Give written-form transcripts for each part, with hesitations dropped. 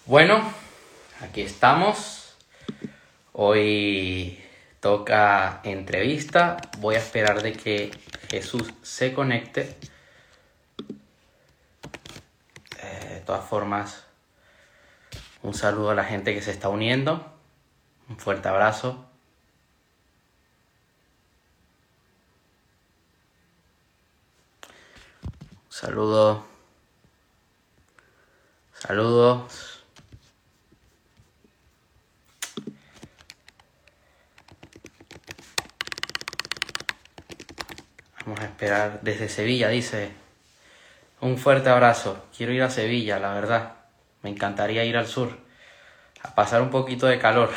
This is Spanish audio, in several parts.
Bueno, aquí estamos. Hoy toca entrevista. Voy a esperar de que Jesús se conecte. De todas formas, un saludo a la gente que se está uniendo. Un fuerte abrazo. Saludos. Saludos. Vamos a esperar desde Sevilla, dice. Un fuerte abrazo. Quiero ir a Sevilla, la verdad. Me encantaría ir al sur. A pasar un poquito de calor.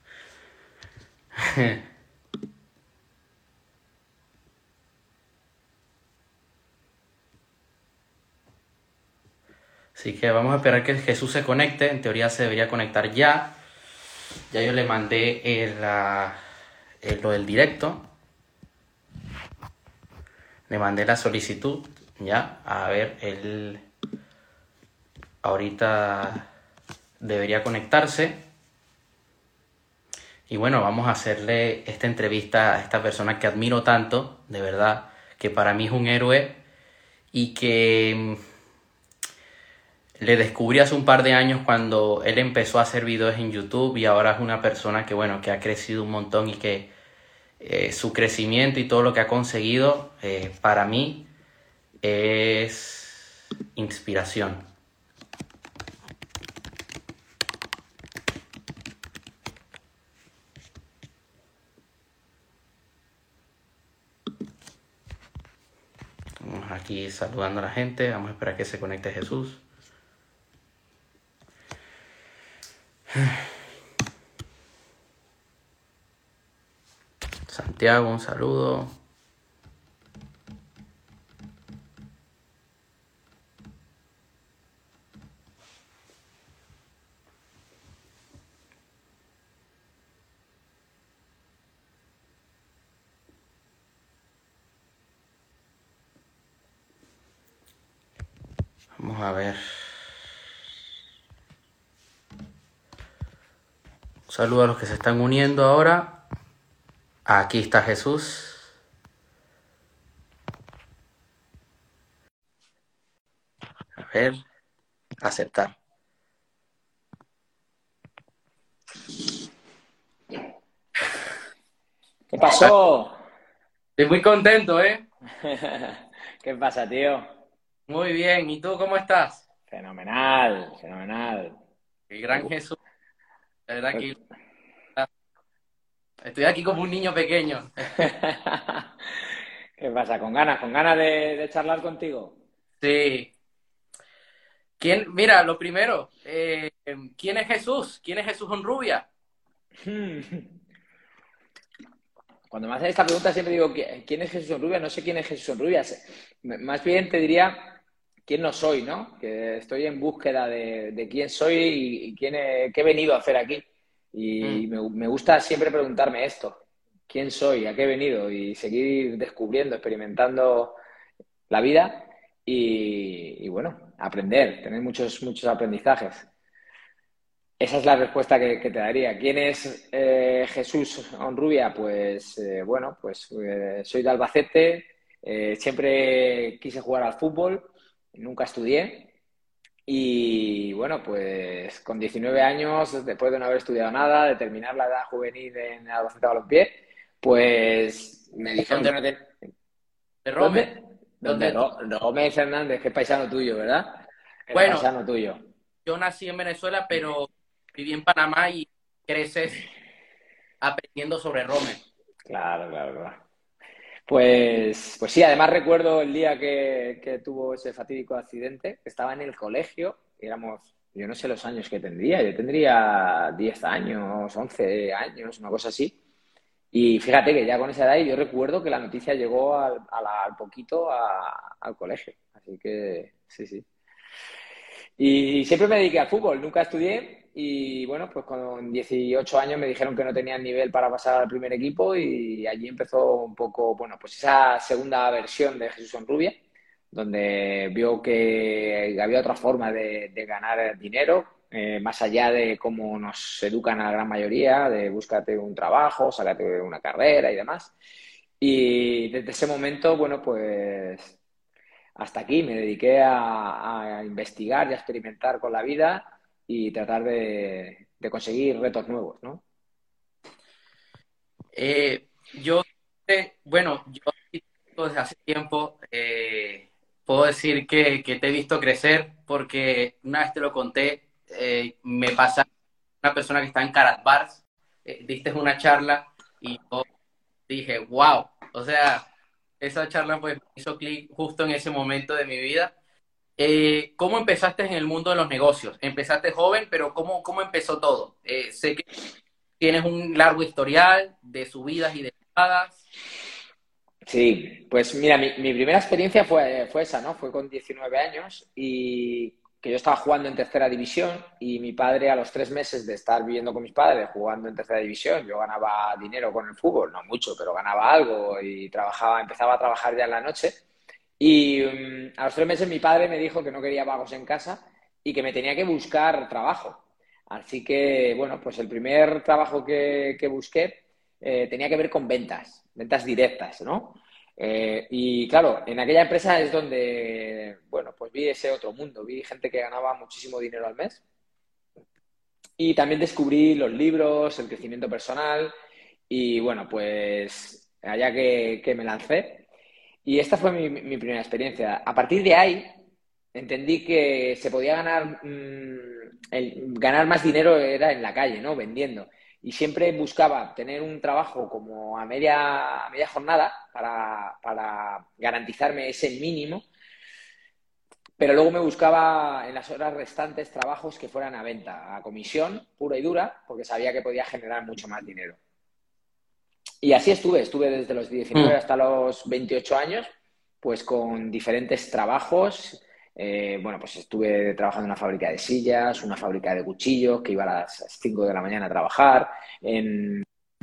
Así que vamos a esperar que Jesús se conecte. En teoría se debería conectar ya. Ya yo le mandé lo del directo. Le mandé la solicitud. Ya, a ver, él ahorita debería conectarse. Y bueno, vamos a hacerle esta entrevista a esta persona que admiro tanto, de verdad, que para mí es un héroe y que le descubrí hace un par de años cuando él empezó a hacer videos en YouTube y ahora es una persona que, bueno, que ha crecido un montón y que su crecimiento y todo lo que ha conseguido para mí es inspiración. Vamos aquí saludando a la gente, vamos a esperar que se conecte Jesús. Santiago, un saludo. Vamos a ver. Un saludo a los que se están uniendo ahora. Aquí está Jesús. A ver, aceptar. ¿Qué pasó? Estoy muy contento, ¿eh? ¿Qué pasa, tío? Muy bien. ¿Y tú cómo estás? Fenomenal, fenomenal. El gran Jesús. La verdad que estoy aquí como un niño pequeño. ¿Qué pasa? ¿Con ganas de charlar contigo? Sí. Mira, lo primero, ¿quién es Jesús? ¿Quién es Jesús Honrubia? Cuando me hacen esta pregunta siempre digo, ¿quién es Jesús Onrubia? No sé quién es Jesús Onrubia. Más bien te diría quién no soy, ¿no? Que estoy en búsqueda de quién soy y qué he venido a hacer aquí. Mm. Y me gusta siempre preguntarme esto. ¿Quién soy? ¿A qué he venido? Y seguir descubriendo, experimentando la vida y bueno, aprender, tener muchos aprendizajes. Esa es la respuesta que te daría. ¿Quién es Jesús Onrubia? Pues bueno, pues soy de Albacete, siempre quise jugar al fútbol, nunca estudié y bueno, pues con 19 años, después de no haber estudiado nada, de terminar la edad juvenil en Albacete Balompié, pues me dijeron que ¿Dónde? no te... ¿De Rome? ¿Dónde? ¿Dónde? ¿Dónde tú? Gómez Hernández, que es paisano tuyo, ¿verdad? Era Bueno, paisano tuyo. yo nací en Venezuela, pero viví en Panamá y creces aprendiendo sobre Rome. Claro, claro, claro. Pues sí, además recuerdo el día que tuvo ese fatídico accidente, que estaba en el colegio, éramos, yo no sé los años que tendría, yo tendría 10 años, 11 años, una cosa así. Y fíjate que ya con esa edad yo recuerdo que la noticia llegó al poquito al colegio. Así que sí, sí. Y siempre me dediqué al fútbol, nunca estudié y bueno, pues con 18 años me dijeron que no tenía nivel para pasar al primer equipo y allí empezó un poco, bueno, pues esa segunda versión de Jesús Onrubia, donde vio que había otra forma de ganar dinero, más allá de cómo nos educan a la gran mayoría, de búscate un trabajo, sácate una carrera y demás. Y desde ese momento, bueno, pues hasta aquí me dediqué a investigar y a experimentar con la vida y tratar de conseguir retos nuevos, ¿no? Yo, bueno, yo desde hace tiempo puedo decir que te he visto crecer porque una vez te lo conté, me pasa una persona que está en Karatbars, diste una charla y yo dije, wow, o sea, esa charla pues me hizo clic justo en ese momento de mi vida. ¿Cómo empezaste en el mundo de los negocios? Empezaste joven, pero ¿cómo empezó todo? Sé que tienes un largo historial de subidas y de bajadas. Sí, pues mira, mi primera experiencia fue esa, ¿no? Fue con 19 años y que yo estaba jugando en tercera división y mi padre a los 3 meses de estar viviendo con mis padres jugando en tercera división, yo ganaba dinero con el fútbol, no mucho, pero ganaba algo y empezaba a trabajar ya en la noche y a los 3 meses mi padre me dijo que no quería vagos en casa y que me tenía que buscar trabajo. Así que, bueno, pues el primer trabajo que busqué tenía que ver con ventas directas, ¿no? Y claro, en aquella empresa es donde, bueno, pues vi ese otro mundo, vi gente que ganaba muchísimo dinero al mes y también descubrí los libros, el crecimiento personal y bueno, pues allá que me lancé. Y esta fue mi primera experiencia. A partir de ahí entendí que se podía ganar más dinero era en la calle, ¿no? Vendiendo. Y siempre buscaba tener un trabajo como a media jornada para garantizarme ese mínimo, pero luego me buscaba en las horas restantes trabajos que fueran a venta, a comisión pura y dura, porque sabía que podía generar mucho más dinero. Y así estuve desde los 19 Mm. hasta los 28 años, pues con diferentes trabajos. Bueno, pues estuve trabajando en una fábrica de sillas, una fábrica de cuchillos, que iba a las 5 de la mañana a trabajar, en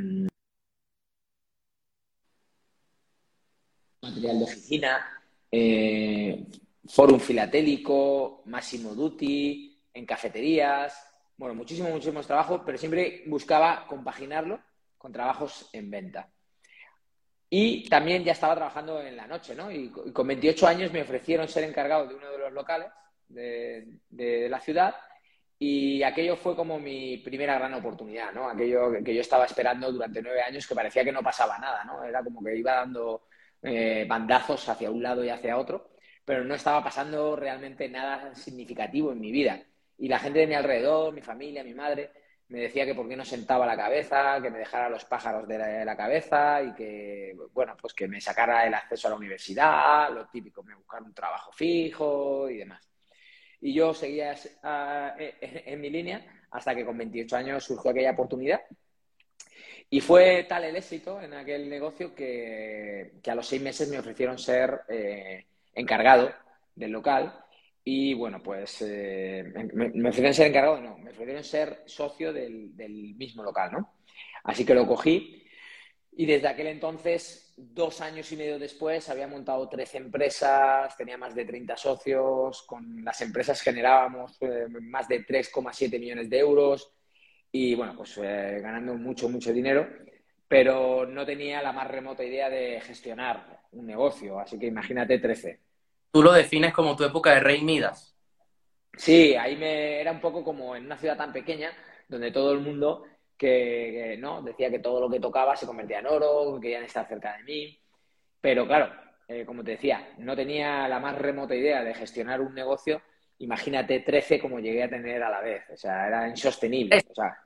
material de oficina, Forum Filatélico, Massimo Dutti, en cafeterías. Bueno, muchísimos trabajos, pero siempre buscaba compaginarlo con trabajos en venta. Y también ya estaba trabajando en la noche, ¿no? Y con 28 años me ofrecieron ser encargado de uno de los locales de la ciudad y aquello fue como mi primera gran oportunidad, ¿no? Aquello que yo estaba esperando durante 9 años que parecía que no pasaba nada, ¿no? Era como que iba dando bandazos hacia un lado y hacia otro, pero no estaba pasando realmente nada significativo en mi vida. Y la gente de mi alrededor, mi familia, mi madre, me decía que por qué no sentaba la cabeza, que me dejara los pájaros de la cabeza y que, bueno, pues que me sacara el acceso a la universidad, lo típico, me buscara un trabajo fijo y demás. Y yo seguía en mi línea hasta que con 28 años surgió aquella oportunidad y fue tal el éxito en aquel negocio que a los 6 meses me ofrecieron ser encargado del local y bueno, pues me ofrecieron ser encargado, no, me ofrecieron ser socio del mismo local, ¿no? Así que lo cogí y desde aquel entonces, 2 años y medio después, había montado 13 empresas, tenía más de 30 socios, con las empresas generábamos más de 3,7 millones de euros y bueno, pues ganando mucho dinero, pero no tenía la más remota idea de gestionar un negocio, así que imagínate 13. Tú lo defines como tu época de Rey Midas. Sí, ahí era un poco como en una ciudad tan pequeña, donde todo el mundo no decía que todo lo que tocaba se convertía en oro, que querían estar cerca de mí, pero claro, como te decía, no tenía la más remota idea de gestionar un negocio, imagínate 13 como llegué a tener a la vez, o sea, era insostenible, Es o sea,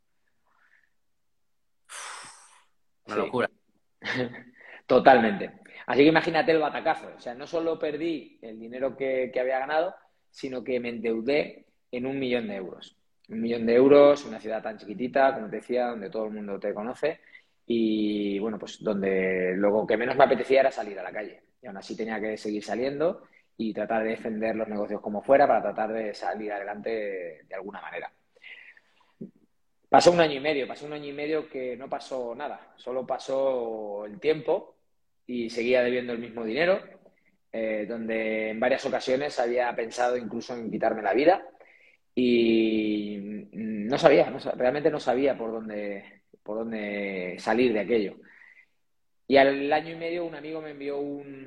una sí. locura. Totalmente. Así que imagínate el batacazo. O sea, no solo perdí el dinero que había ganado, sino que me endeudé en 1 millón de euros. 1 millón de euros en una ciudad tan chiquitita, como te decía, donde todo el mundo te conoce y, bueno, pues donde lo que menos me apetecía era salir a la calle. Y aún así tenía que seguir saliendo y tratar de defender los negocios como fuera para tratar de salir adelante de alguna manera. Pasó un año y medio que no pasó nada, solo pasó el tiempo y seguía debiendo el mismo dinero, donde en varias ocasiones había pensado incluso en quitarme la vida y no sabía, realmente no sabía por dónde salir de aquello. Y al año y medio un amigo me envió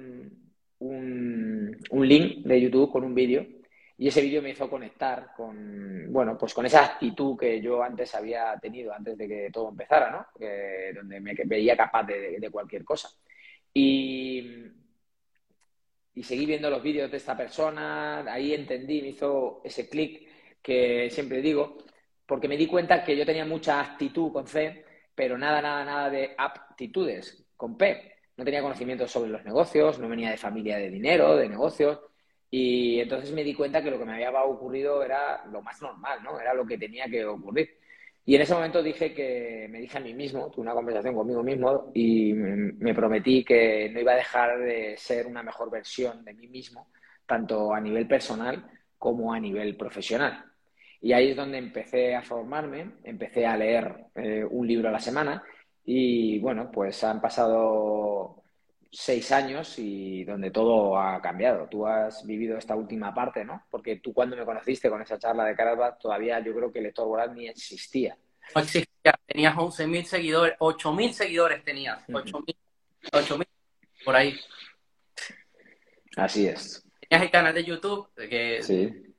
un link de YouTube con un vídeo y ese vídeo me hizo conectar con, bueno, pues con esa actitud que yo antes había tenido, antes de que todo empezara, ¿no? Donde me veía capaz de cualquier cosa. Y, y seguí viendo los vídeos de esta persona, ahí entendí, me hizo ese clic que siempre digo, porque me di cuenta que yo tenía mucha actitud con C, pero nada de aptitudes con P. No tenía conocimientos sobre los negocios, no venía de familia de dinero, de negocios, y entonces me di cuenta que lo que me había ocurrido era lo más normal, ¿no? Era lo que tenía que ocurrir. Y en ese momento me dije a mí mismo, tuve una conversación conmigo mismo y me prometí que no iba a dejar de ser una mejor versión de mí mismo, tanto a nivel personal como a nivel profesional. Y ahí es donde empecé a formarme, empecé a leer un libro a la semana y bueno, pues han pasado 6 años y donde todo ha cambiado. Tú has vivido esta última parte, ¿no? Porque tú cuando me conociste con esa charla de Carlsbad, todavía yo creo que el Lector Voraz ni existía. No existía, tenías 11.000 seguidores, 8.000 seguidores tenías, 8.000 por ahí. Así es. Tenías el canal de YouTube Sí.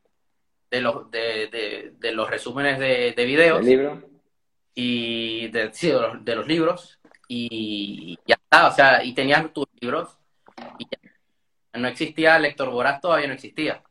de los resúmenes de ¿Del videos libro? y sí, de los libros y ya está, o sea, y tenías tus libros y ya. No existía Lector Voraz, todavía no existía.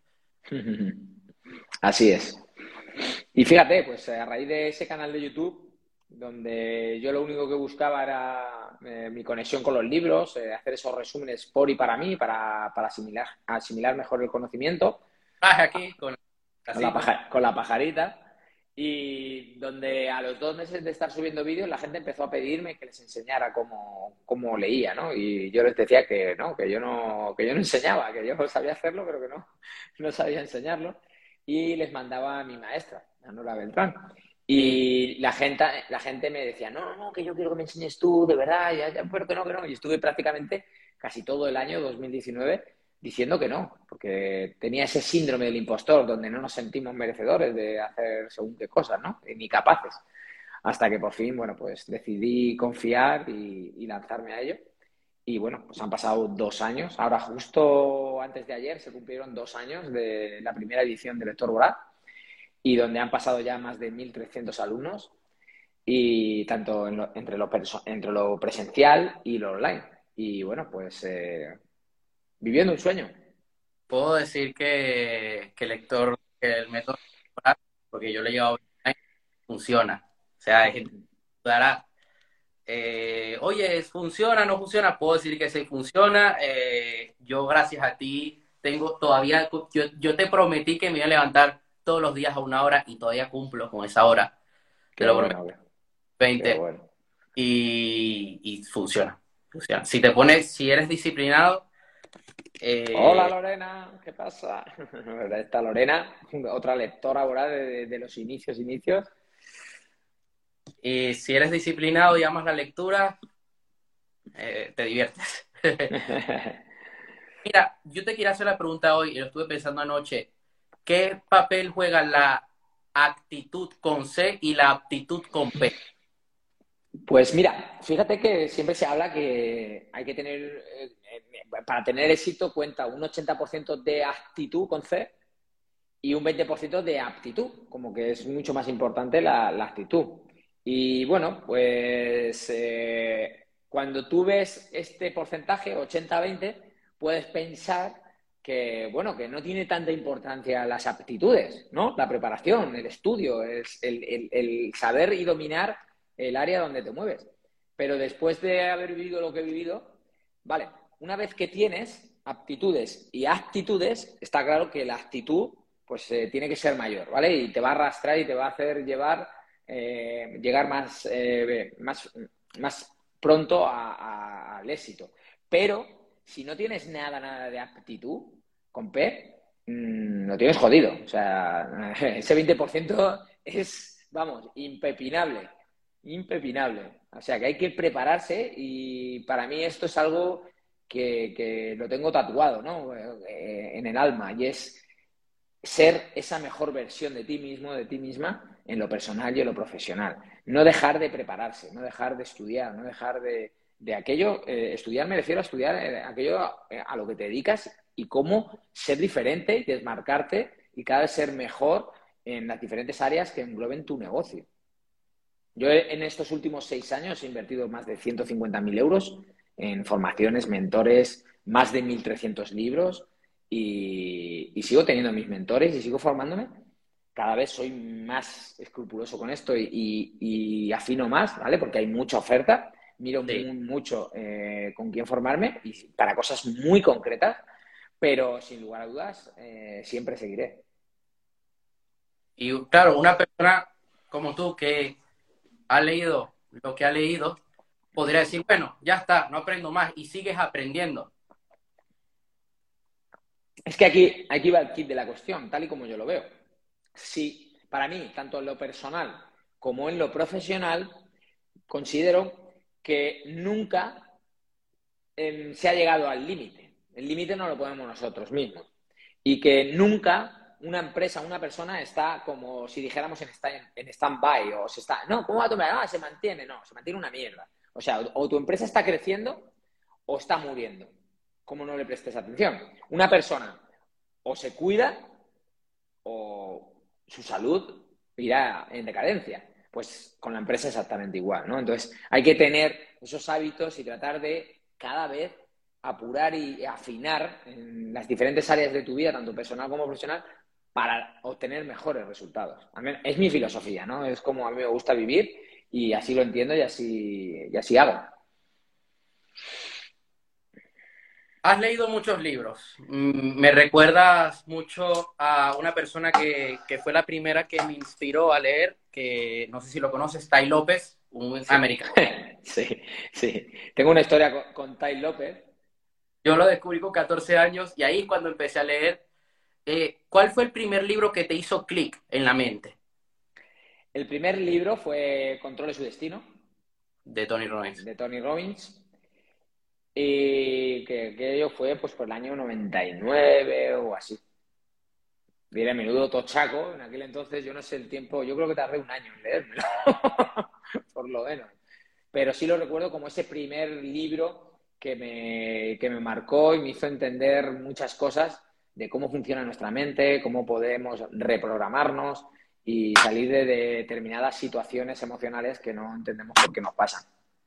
Así es. Y fíjate, pues a raíz de ese canal de YouTube, donde yo lo único que buscaba era mi conexión con los libros, hacer esos resúmenes por y para mí, para asimilar mejor el conocimiento, Aquí con así, con la pajarita, y donde a los 2 meses de estar subiendo vídeos la gente empezó a pedirme que les enseñara cómo leía, ¿no? Y yo les decía que no, que yo no enseñaba, que yo sabía hacerlo, pero que no sabía enseñarlo. Y les mandaba a mi maestra, a Nora Beltrán. sí. Y la gente me decía, no, que yo quiero que me enseñes tú, de verdad, ya, pero que no, que no. Y estuve prácticamente casi todo el año 2019 diciendo que no, porque tenía ese síndrome del impostor, donde no nos sentimos merecedores de hacer según qué cosas, ¿no? Ni capaces. Hasta que por fin, bueno, pues decidí confiar y lanzarme a ello. Y bueno, pues han pasado 2 años. Ahora, justo antes de ayer, se cumplieron 2 años de la primera edición del Lector Voraz y donde han pasado ya más de 1.300 alumnos, y tanto entre lo presencial y lo online. Y bueno, pues viviendo un sueño. Puedo decir que que el método Voraz, porque yo le he llevado 20 años, funciona. O sea, hay gente que dudará. Oye, ¿funciona, no funciona? Puedo decir que sí funciona. Yo, gracias a ti, tengo todavía, yo te prometí que me iba a levantar todos los días a una hora y todavía cumplo con esa hora. Te Qué lo prometo, bueno, qué 20 bueno. y funciona. Funciona. Si te pones, si eres disciplinado, Hola eh, Lorena, ¿qué pasa? Esta Lorena, otra lectora voraz de los inicios. y si eres disciplinado y amas la lectura, te diviertes. Mira, yo te quería hacer la pregunta hoy y lo estuve pensando anoche. ¿Qué papel juega la actitud con C y la aptitud con P? Pues mira, fíjate que siempre se habla que hay que tener, para tener éxito cuenta un 80% de actitud con C y un 20% de aptitud, como que es mucho más importante la actitud. Y bueno, pues cuando tú ves este porcentaje, 80-20, puedes pensar que, bueno, que no tiene tanta importancia las aptitudes, ¿no? La preparación, el estudio, es el saber y dominar el área donde te mueves. Pero después de haber vivido lo que he vivido, vale, una vez que tienes aptitudes y actitudes, está claro que la actitud pues tiene que ser mayor, ¿vale? Y te va a arrastrar y te va a hacer llegar más pronto al éxito. Pero si no tienes nada de aptitud con P, lo tienes jodido. O sea, ese 20% es, vamos, impepinable. Impepinable. O sea, que hay que prepararse y para mí esto es algo que lo tengo tatuado, ¿no? En el alma y es ser esa mejor versión de ti mismo, de ti misma, en lo personal y en lo profesional. No dejar de prepararse, no dejar de estudiar, no dejar de aquello. Estudiar, me refiero a estudiar aquello a lo que te dedicas y cómo ser diferente y desmarcarte y cada vez ser mejor en las diferentes áreas que engloben tu negocio. Yo en estos últimos 6 años he invertido más de 150.000 euros en formaciones, mentores, más de 1.300 libros y sigo teniendo mis mentores y sigo formándome. Cada vez soy más escrupuloso con esto y afino más, ¿vale? Porque hay mucha oferta. Miro Sí. mucho con quién formarme y para cosas muy concretas, pero sin lugar a dudas siempre seguiré. Y claro, una persona como tú que ha leído lo que ha leído, podría decir, bueno, ya está, no aprendo más y sigues aprendiendo. Es que aquí va el kit de la cuestión, tal y como yo lo veo. Si para mí, tanto en lo personal como en lo profesional, considero que nunca se ha llegado al límite. El límite no lo ponemos nosotros mismos. Y que nunca una empresa, una persona está como si dijéramos en stand-by o se está. No, ¿cómo va a tomar? Ah, se mantiene. No, se mantiene una mierda. O sea, o tu empresa está creciendo o está muriendo. ¿Cómo no le prestes atención? Una persona o se cuida o su salud irá en decadencia. Pues con la empresa exactamente igual, ¿no? Entonces hay que tener esos hábitos y tratar de cada vez apurar y afinar en las diferentes áreas de tu vida, tanto personal como profesional, para obtener mejores resultados. Es mi filosofía, ¿no? Es como a mí me gusta vivir y así lo entiendo y así hago. Has leído muchos libros. Me recuerdas mucho a una persona que fue la primera que me inspiró a leer, que no sé si lo conoces, Tai López, un Sí, americano. sí, sí. Tengo una historia con Tai López. Yo lo descubrí con 14 años y ahí cuando empecé a leer, ¿cuál fue el primer libro que te hizo clic en la mente El primer libro fue Controle su destino, de Tony Robbins? de Tony Robbins, y que ello fue pues por el año 99 o así. Diré, menudo tochaco, en aquel entonces yo no sé el tiempo, yo creo que tardé un año en leérmelo, por lo menos. Pero sí lo recuerdo como ese primer libro que me marcó y me hizo entender muchas cosas de cómo funciona nuestra mente, cómo podemos reprogramarnos y salir de determinadas situaciones emocionales que no entendemos por qué nos pasan.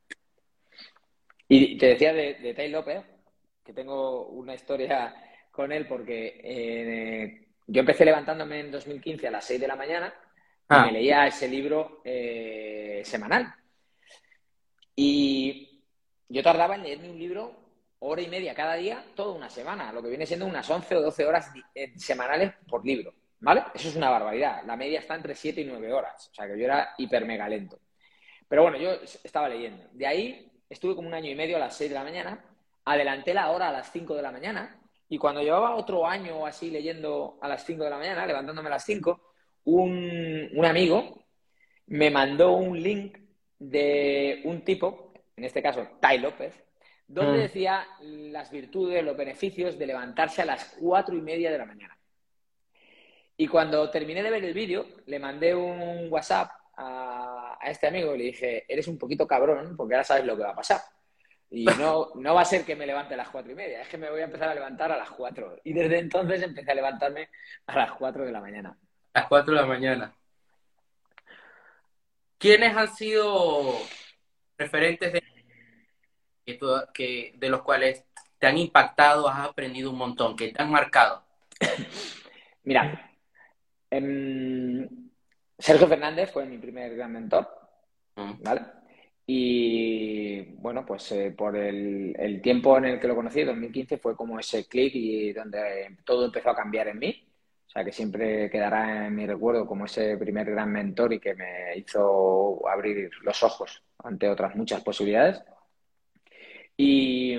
Y te decía de Tai López, que tengo una historia con él porque yo empecé levantándome en 2015 a las 6 de la mañana y me Ah, leía ese libro semanal. Y yo tardaba en leerme un libro hora y media cada día, toda una semana, lo que viene siendo unas 11 o 12 horas semanales por libro, ¿vale? Eso es una barbaridad. La media está entre 7 y 9 horas, o sea que yo era hiper mega lento. Pero bueno, yo estaba leyendo. De ahí estuve como un año y medio a las 6 de la mañana, adelanté la hora a las 5 de la mañana y cuando llevaba otro año o así leyendo a las 5 de la mañana, levantándome a las 5, un amigo me mandó un link de un tipo, en este caso Tai López, donde mm. decía las virtudes, los beneficios de levantarse a las 4:30 de la mañana. Y cuando terminé de ver el vídeo, le mandé un WhatsApp a este amigo y le dije, eres un poquito cabrón porque ahora sabes lo que va a pasar. Y no va a ser que me levante a las 4:30, es que me voy a empezar a levantar a las 4. Y desde entonces empecé a levantarme a las 4 de la mañana. A las 4 de la mañana. ¿Quiénes han sido referentes de los cuales te han impactado, has aprendido un montón, que te han marcado? Mira, eh, Sergio Fernández fue mi primer gran mentor, Mm. ¿vale? Y bueno, pues por el tiempo en el que lo conocí, 2015, fue como ese clic y donde todo empezó a cambiar en mí. O sea, que siempre quedará en mi recuerdo como ese primer gran mentor y que me hizo abrir los ojos ante otras muchas posibilidades. Y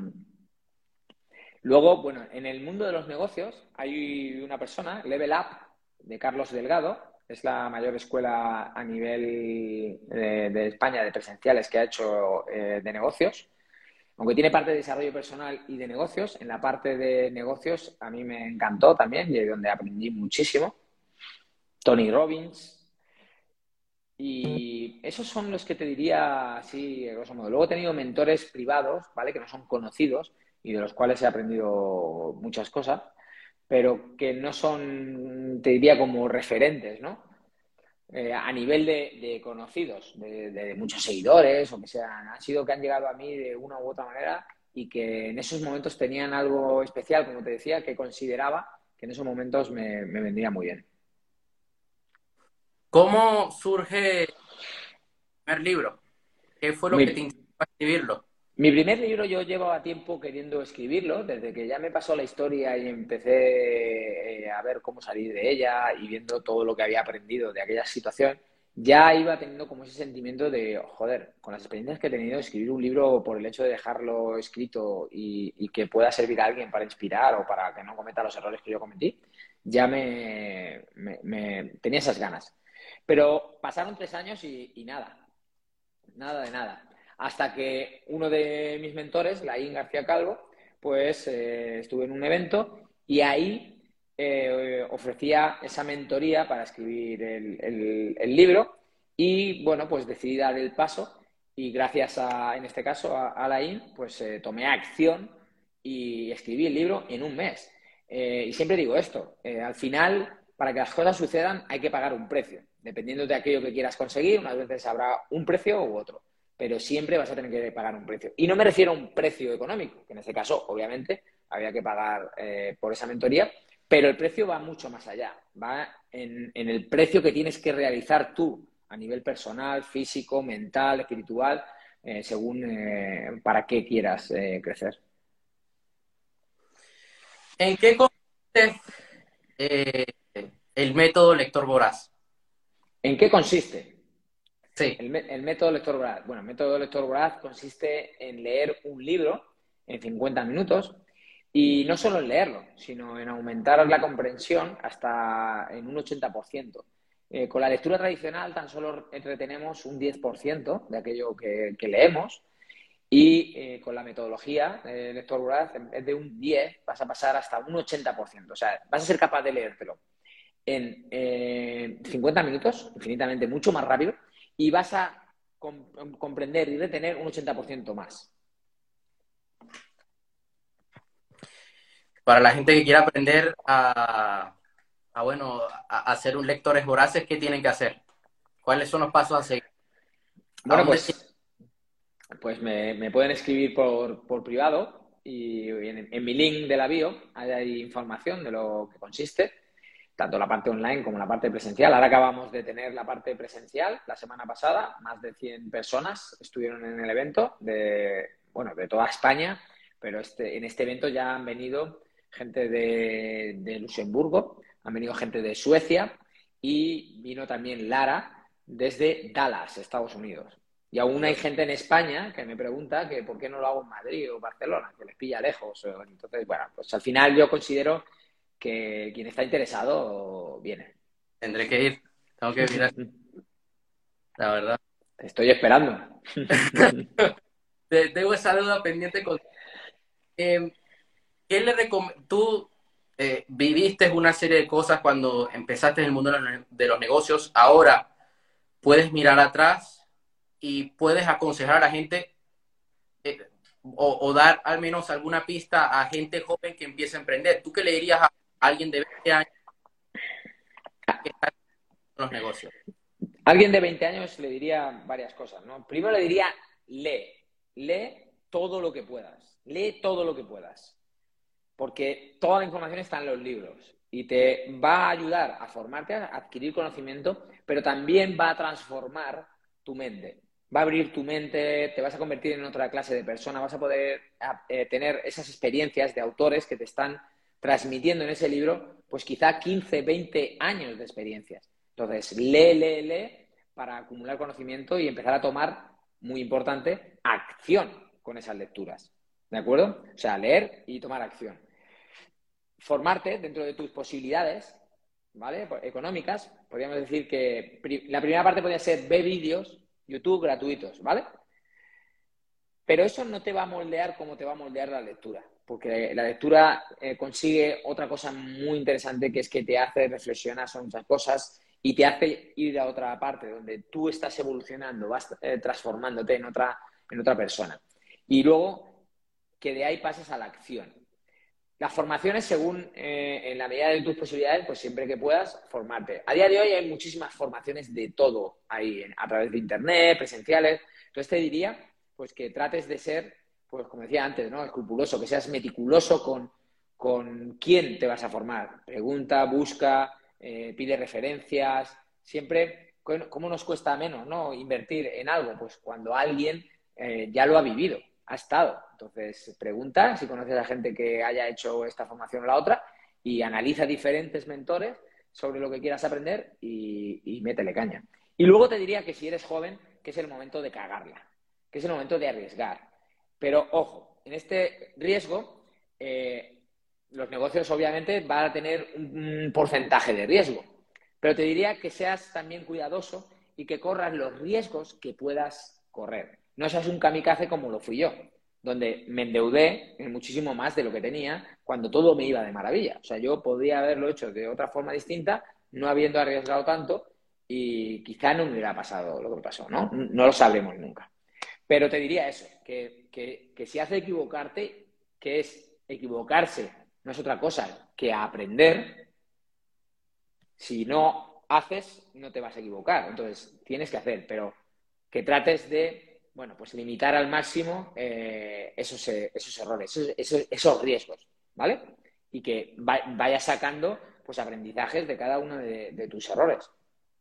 luego, bueno, en el mundo de los negocios hay una persona, Level Up, de Carlos Delgado, es la mayor escuela a nivel de España de presenciales que ha hecho de negocios. Aunque tiene parte de desarrollo personal y de negocios, en la parte de negocios a mí me encantó también y es donde aprendí muchísimo. Tony Robbins. Y esos son los que te diría así, grosso modo. Luego he tenido mentores privados, ¿vale? Que no son conocidos y de los cuales he aprendido muchas cosas, pero que no son, te diría, como referentes, ¿no? A nivel de conocidos, de muchos seguidores o que sean, han sido que han llegado a mí de una u otra manera y que en esos momentos tenían algo especial, como te decía, que consideraba que en esos momentos me vendría muy bien. ¿Cómo surge el primer libro? ¿Qué fue lo que te Mi, inspiró a escribirlo? Mi primer libro yo llevaba tiempo queriendo escribirlo, desde que ya me pasó la historia y empecé a ver cómo salir de ella y viendo todo lo que había aprendido de aquella situación, ya iba teniendo como ese sentimiento de, joder, con las experiencias que he tenido, escribir un libro por el hecho de dejarlo escrito y que pueda servir a alguien para inspirar o para que no cometa los errores que yo cometí, ya tenía esas ganas. Pero pasaron 3 años y nada, nada de nada. Hasta que uno de mis mentores, Laín García Calvo, pues estuve en un evento y ahí ofrecía esa mentoría para escribir el libro y bueno, pues decidí dar el paso y gracias a, en este caso, a Laín, pues tomé acción y escribí el libro en un mes. Y siempre digo esto, al final, para que las cosas sucedan hay que pagar un precio. Dependiendo de aquello que quieras conseguir, unas veces habrá un precio u otro, pero siempre vas a tener que pagar un precio. Y no me refiero a un precio económico, que en este caso, obviamente, había que pagar por esa mentoría, pero el precio va mucho más allá, va en el precio que tienes que realizar tú a nivel personal, físico, mental, espiritual, según para qué quieras crecer. ¿En qué consiste eh, el método lector voraz? ¿En qué consiste? Sí. El método lector voraz. Bueno, el método lector voraz consiste en leer un libro en 50 minutos y no solo en leerlo, sino en aumentar la comprensión hasta en un 80%. Con la lectura tradicional tan solo retenemos un 10% de aquello que leemos y con la metodología lector voraz, en vez de un 10, vas a pasar hasta un 80%. O sea, vas a ser capaz de leértelo en 50 minutos, infinitamente mucho más rápido, y vas a comprender y retener un 80% más. Para la gente que quiera aprender bueno, a ser un lectores voraces, ¿qué tienen que hacer? ¿Cuáles son los pasos a seguir? ¿A Bueno, dónde tienen? pues me pueden escribir por privado y en mi link de la bio hay información de lo que consiste, tanto la parte online como la parte presencial. Ahora acabamos de tener la parte presencial la semana pasada, más de 100 personas estuvieron en el evento bueno, de toda España, pero en este evento ya han venido gente de Luxemburgo, han venido gente de Suecia y vino también Lara desde Dallas, Estados Unidos. Y aún hay gente en España que me pregunta que por qué no lo hago en Madrid o Barcelona, que les pilla lejos. Entonces, bueno, pues al final yo considero que quien está interesado viene. Tendré que ir. Tengo que mirar, la verdad. Te estoy esperando. Tengo esa deuda pendiente con... Eh, ¿Qué le tú viviste una serie de cosas cuando empezaste en el mundo de los negocios? Ahora puedes mirar atrás y puedes aconsejar a la gente o dar al menos alguna pista a gente joven que empieza a emprender. ¿Tú qué le dirías a alguien de 20 años que está en los negocios? A alguien de 20 años le diría varias cosas, ¿no? Primero le diría, lee todo lo que puedas, lee todo lo que puedas, porque toda la información está en los libros y te va a ayudar a formarte, a adquirir conocimiento, pero también va a transformar tu mente. Va a abrir tu mente, te vas a convertir en otra clase de persona, vas a poder tener esas experiencias de autores que te están transmitiendo en ese libro, pues quizá 15, 20 años de experiencias. Entonces, lee para acumular conocimiento y empezar a tomar, muy importante, acción con esas lecturas. ¿De acuerdo? O sea, leer y tomar acción. Formarte dentro de tus posibilidades, ¿vale? Económicas. Podríamos decir que la primera parte podría ser ver vídeos YouTube gratuitos, ¿vale? Pero eso no te va a moldear como te va a moldear la lectura, porque la lectura consigue otra cosa muy interesante, que es que te hace reflexionar sobre muchas cosas y te hace ir a otra parte donde tú estás evolucionando, vas transformándote en otra persona. Y luego que de ahí pases a la acción. Las formaciones, según en la medida de tus posibilidades, pues siempre que puedas formarte. A día de hoy hay muchísimas formaciones de todo ahí, a través de internet, presenciales. Entonces te diría pues que trates de ser, pues como decía antes, ¿no? Escrupuloso, que seas meticuloso con quién te vas a formar. Pregunta, busca, pide referencias. Siempre, ¿cómo nos cuesta menos, ¿no? Invertir en algo? Pues cuando alguien ya lo ha vivido, ha estado. Entonces, pregunta si conoces a gente que haya hecho esta formación o la otra y analiza diferentes mentores sobre lo que quieras aprender y métele caña. Y luego te diría que si eres joven, que es el momento de cagarla, que es el momento de arriesgar. Pero, ojo, en este riesgo, los negocios obviamente van a tener un porcentaje de riesgo. Pero te diría que seas también cuidadoso y que corras los riesgos que puedas correr. No seas un kamikaze como lo fui yo, donde me endeudé muchísimo más de lo que tenía cuando todo me iba de maravilla. O sea, yo podría haberlo hecho de otra forma distinta, no habiendo arriesgado tanto, y quizá no me hubiera pasado lo que pasó, ¿no? No lo sabremos nunca. Pero te diría eso, que si hace equivocarte, que es equivocarse, no es otra cosa que aprender. Si no haces, no te vas a equivocar. Entonces, tienes que hacer, pero que trates de, bueno, pues limitar al máximo esos errores, esos riesgos, ¿vale? Y que vayas sacando, pues, aprendizajes de cada uno de tus errores.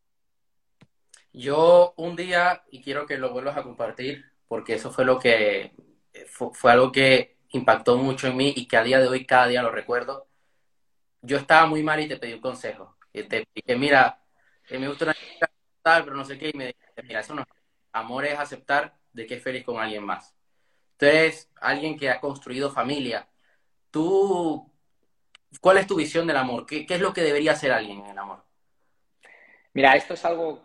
Yo un día, y quiero que lo vuelvas a compartir, porque eso fue lo que fue algo que impactó mucho en mí y que a día de hoy cada día lo recuerdo. Yo estaba muy mal y te pedí un consejo. Y te dije, mira, me gusta una chica tal, pero no sé qué, y me dijiste, mira, eso no es amor, es aceptar de que es feliz con alguien más. Tú eres alguien que ha construido familia. Tú, ¿cuál es tu visión del amor? ¿Qué es lo que debería hacer alguien en el amor? Mira, esto es algo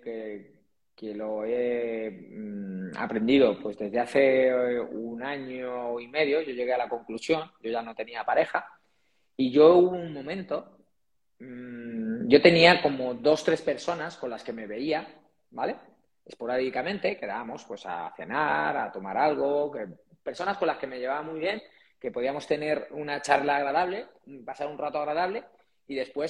que lo he aprendido pues desde hace un año y medio. Yo llegué a la conclusión, yo ya no tenía pareja, y yo hubo un momento, yo tenía como dos, tres personas con las que me veía, ¿vale? Esporádicamente, quedábamos pues a cenar, a tomar algo, personas con las que me llevaba muy bien, que podíamos tener una charla agradable, pasar un rato agradable, y después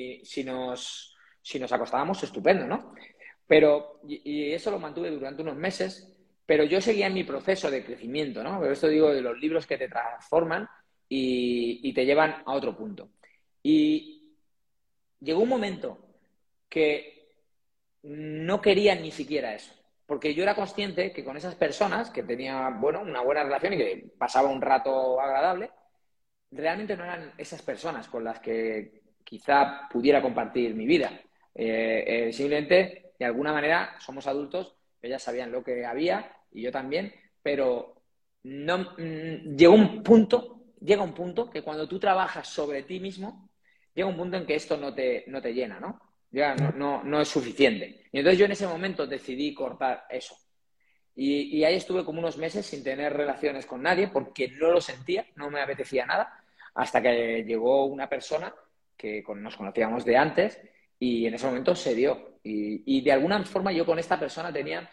si nos acostábamos, estupendo, ¿no? Pero, y eso lo mantuve durante unos meses, pero yo seguía en mi proceso de crecimiento, ¿no? Pero esto digo de los libros que te transforman y te llevan a otro punto. Y llegó un momento que no quería ni siquiera eso, porque yo era consciente que con esas personas que tenía, bueno, una buena relación y que pasaba un rato agradable, realmente no eran esas personas con las que quizá pudiera compartir mi vida. Simplemente, de alguna manera, somos adultos, ellas sabían lo que había y yo también, pero no, llega un punto que cuando tú trabajas sobre ti mismo, llega un punto en que esto no te llena, ¿no? Ya no es suficiente. Y entonces yo en ese momento decidí cortar eso. Y ahí estuve como unos meses sin tener relaciones con nadie porque no lo sentía, no me apetecía nada, hasta que llegó una persona que nos conocíamos de antes y en ese momento se dio. Y de alguna forma yo con esta persona tenía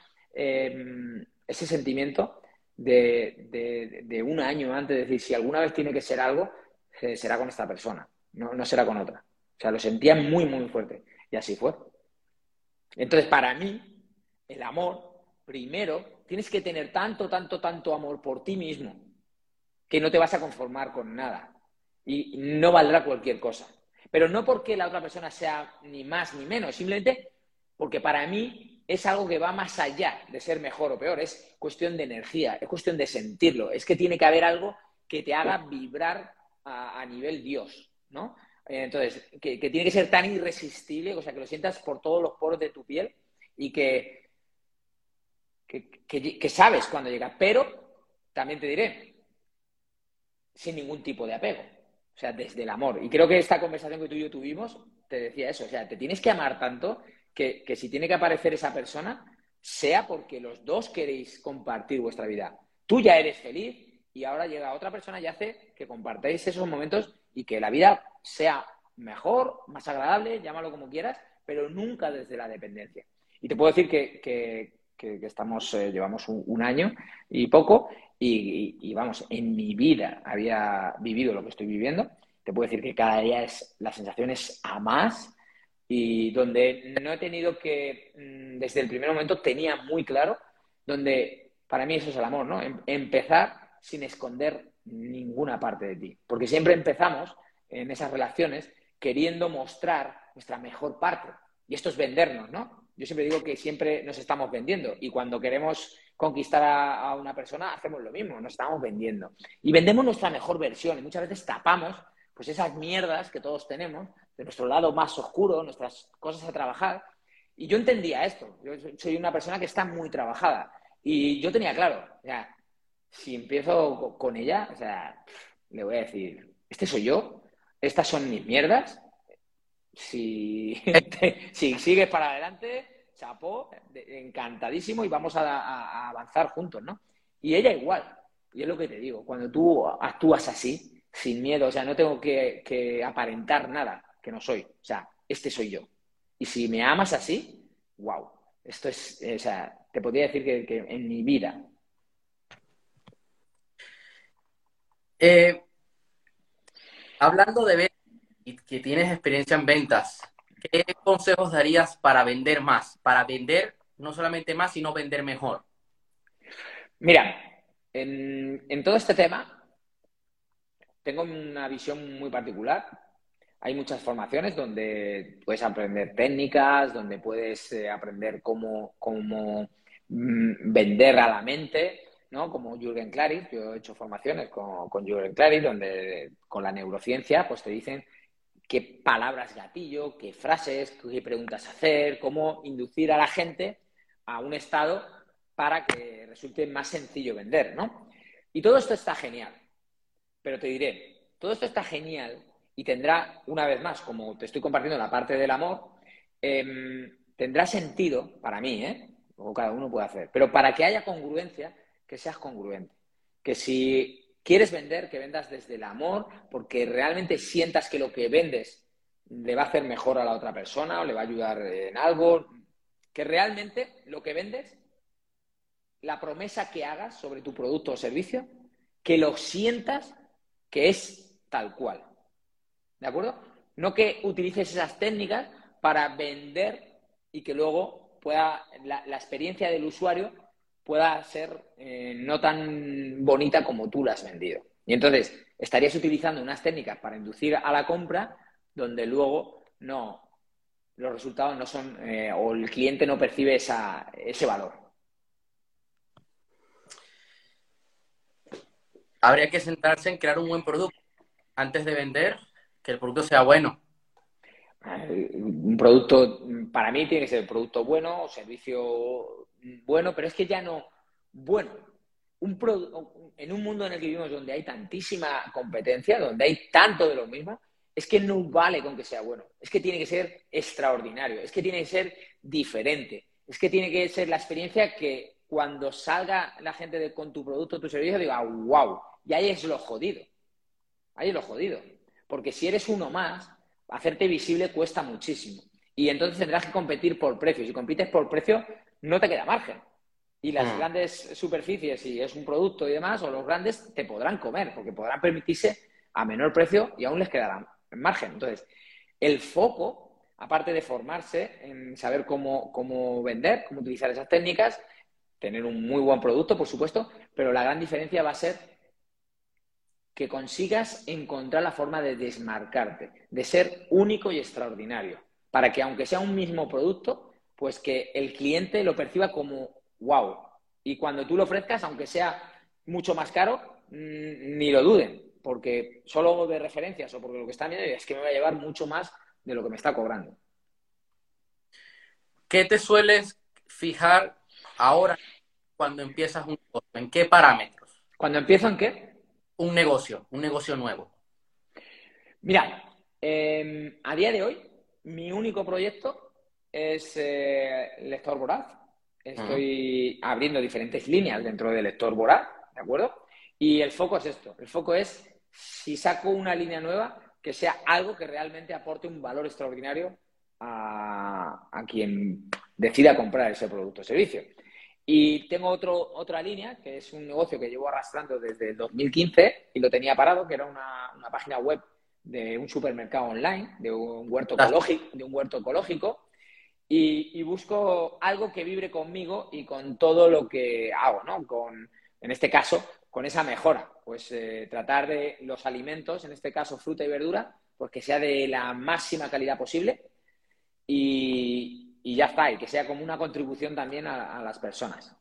ese sentimiento de un año antes, de decir, si alguna vez tiene que ser algo, será con esta persona, no será con otra. O sea, lo sentía muy, muy fuerte. Y así fue. Entonces, para mí, el amor, primero, tienes que tener tanto, tanto, tanto amor por ti mismo que no te vas a conformar con nada y no valdrá cualquier cosa. Pero no porque la otra persona sea ni más ni menos, simplemente porque para mí es algo que va más allá de ser mejor o peor, es cuestión de energía, es cuestión de sentirlo, es que tiene que haber algo que te haga vibrar a nivel Dios, ¿no? Entonces, que tiene que ser tan irresistible, o sea, que lo sientas por todos los poros de tu piel y que sabes cuándo llega. Pero también te diré, sin ningún tipo de apego, o sea, desde el amor. Y creo que esta conversación que tú y yo tuvimos te decía eso, o sea, te tienes que amar tanto que si tiene que aparecer esa persona, sea porque los dos queréis compartir vuestra vida, tú ya eres feliz y ahora llega otra persona y hace que compartáis esos momentos y que la vida sea mejor, más agradable, llámalo como quieras, pero nunca desde la dependencia. Y te puedo decir que estamos, llevamos un año y poco, y vamos, en mi vida había vivido lo que estoy viviendo. Te puedo decir que cada día la sensación es a más, y donde no he tenido que, desde el primer momento tenía muy claro, donde para mí eso es el amor, ¿no? Empezar sin esconder ninguna parte de ti. Porque siempre empezamos en esas relaciones queriendo mostrar nuestra mejor parte. Y esto es vendernos, ¿no? Yo siempre digo que siempre nos estamos vendiendo, y cuando queremos conquistar a una persona hacemos lo mismo, nos estamos vendiendo. Y vendemos nuestra mejor versión, y muchas veces tapamos pues esas mierdas que todos tenemos, de nuestro lado más oscuro, nuestras cosas a trabajar. Y yo entendía esto. Yo soy una persona que está muy trabajada. Y yo tenía claro, o sea, si empiezo con ella, o sea, le voy a decir, este soy yo, estas son mis mierdas. Si, si sigues para adelante, chapó, encantadísimo, y vamos a avanzar juntos, ¿no? Y ella igual. Y es lo que te digo, cuando tú actúas así, sin miedo, o sea, no tengo que aparentar nada que no soy. O sea, este soy yo. Y si me amas así, wow. Esto es, o sea, te podría decir que en mi vida. Eh, Hablando de ventas y que tienes experiencia en ventas, ¿qué consejos darías para vender más? Para vender no solamente más, sino vender mejor. Mira, en todo este tema tengo una visión muy particular. Hay muchas formaciones donde puedes aprender técnicas, donde puedes aprender cómo vender a la mente, ¿no? Como Jürgen Klarik. Yo he hecho formaciones con Jürgen Klarik, donde con la neurociencia pues te dicen qué palabras gatillo, qué frases, qué preguntas hacer, cómo inducir a la gente a un estado para que resulte más sencillo vender, ¿no? Y todo esto está genial. Pero te diré, todo esto está genial y tendrá, una vez más, como te estoy compartiendo la parte del amor, tendrá sentido para mí, ¿eh? Luego cada uno puede hacer. Pero para que haya congruencia, que seas congruente. Que si quieres vender, que vendas desde el amor, porque realmente sientas que lo que vendes le va a hacer mejor a la otra persona o le va a ayudar en algo. Que realmente lo que vendes, la promesa que hagas sobre tu producto o servicio, que lo sientas que es tal cual. ¿De acuerdo? No que utilices esas técnicas para vender y que luego pueda la experiencia del usuario pueda ser no tan bonita como tú la has vendido. Y entonces estarías utilizando unas técnicas para inducir a la compra donde luego no, los resultados no son, o el cliente no percibe ese valor. Habría que centrarse en crear un buen producto antes de vender, que el producto sea bueno. Un producto, para mí, tiene que ser producto bueno o servicio bueno, pero es que ya no bueno. En un mundo en el que vivimos donde hay tantísima competencia, donde hay tanto de lo mismo, es que no vale con que sea bueno. Es que tiene que ser extraordinario, es que tiene que ser diferente, es que tiene que ser la experiencia que cuando salga la gente con tu producto o tu servicio diga, wow, y ahí es lo jodido. Ahí es lo jodido. Porque si eres uno más, hacerte visible cuesta muchísimo. Y entonces tendrás que competir por precio. Si compites por precio, no te queda margen. Y las grandes superficies, si es un producto y demás, o los grandes, te podrán comer, porque podrán permitirse a menor precio y aún les quedará margen. Entonces, el foco, aparte de formarse en saber cómo vender, cómo utilizar esas técnicas, tener un muy buen producto, por supuesto, pero la gran diferencia va a ser que consigas encontrar la forma de desmarcarte, de ser único y extraordinario, para que aunque sea un mismo producto, pues que el cliente lo perciba como wow. Y cuando tú lo ofrezcas, aunque sea mucho más caro, ni lo duden, porque solo de referencias o porque lo que están viendo es que me va a llevar mucho más de lo que me está cobrando. ¿Qué te sueles fijar ahora cuando empiezas un negocio? ¿En qué parámetros? Cuando empiezo en qué? Un negocio nuevo. Mira, a día de hoy, mi único proyecto es Lector Voraz. Uh -huh. Estoy abriendo diferentes líneas dentro de Lector Voraz, ¿de acuerdo? Y el foco es esto. El foco es, si saco una línea nueva, que sea algo que realmente aporte un valor extraordinario a quien decida comprar ese producto o servicio. Y tengo otra línea, que es un negocio que llevo arrastrando desde el 2015 y lo tenía parado, que era una página web de un supermercado online, de un huerto ecológico, y busco algo que vibre conmigo y con todo lo que hago, ¿no? En este caso, con esa mejora. Pues tratar de los alimentos, en este caso fruta y verdura, pues que sea de la máxima calidad posible y ya está, y que sea como una contribución también a las personas.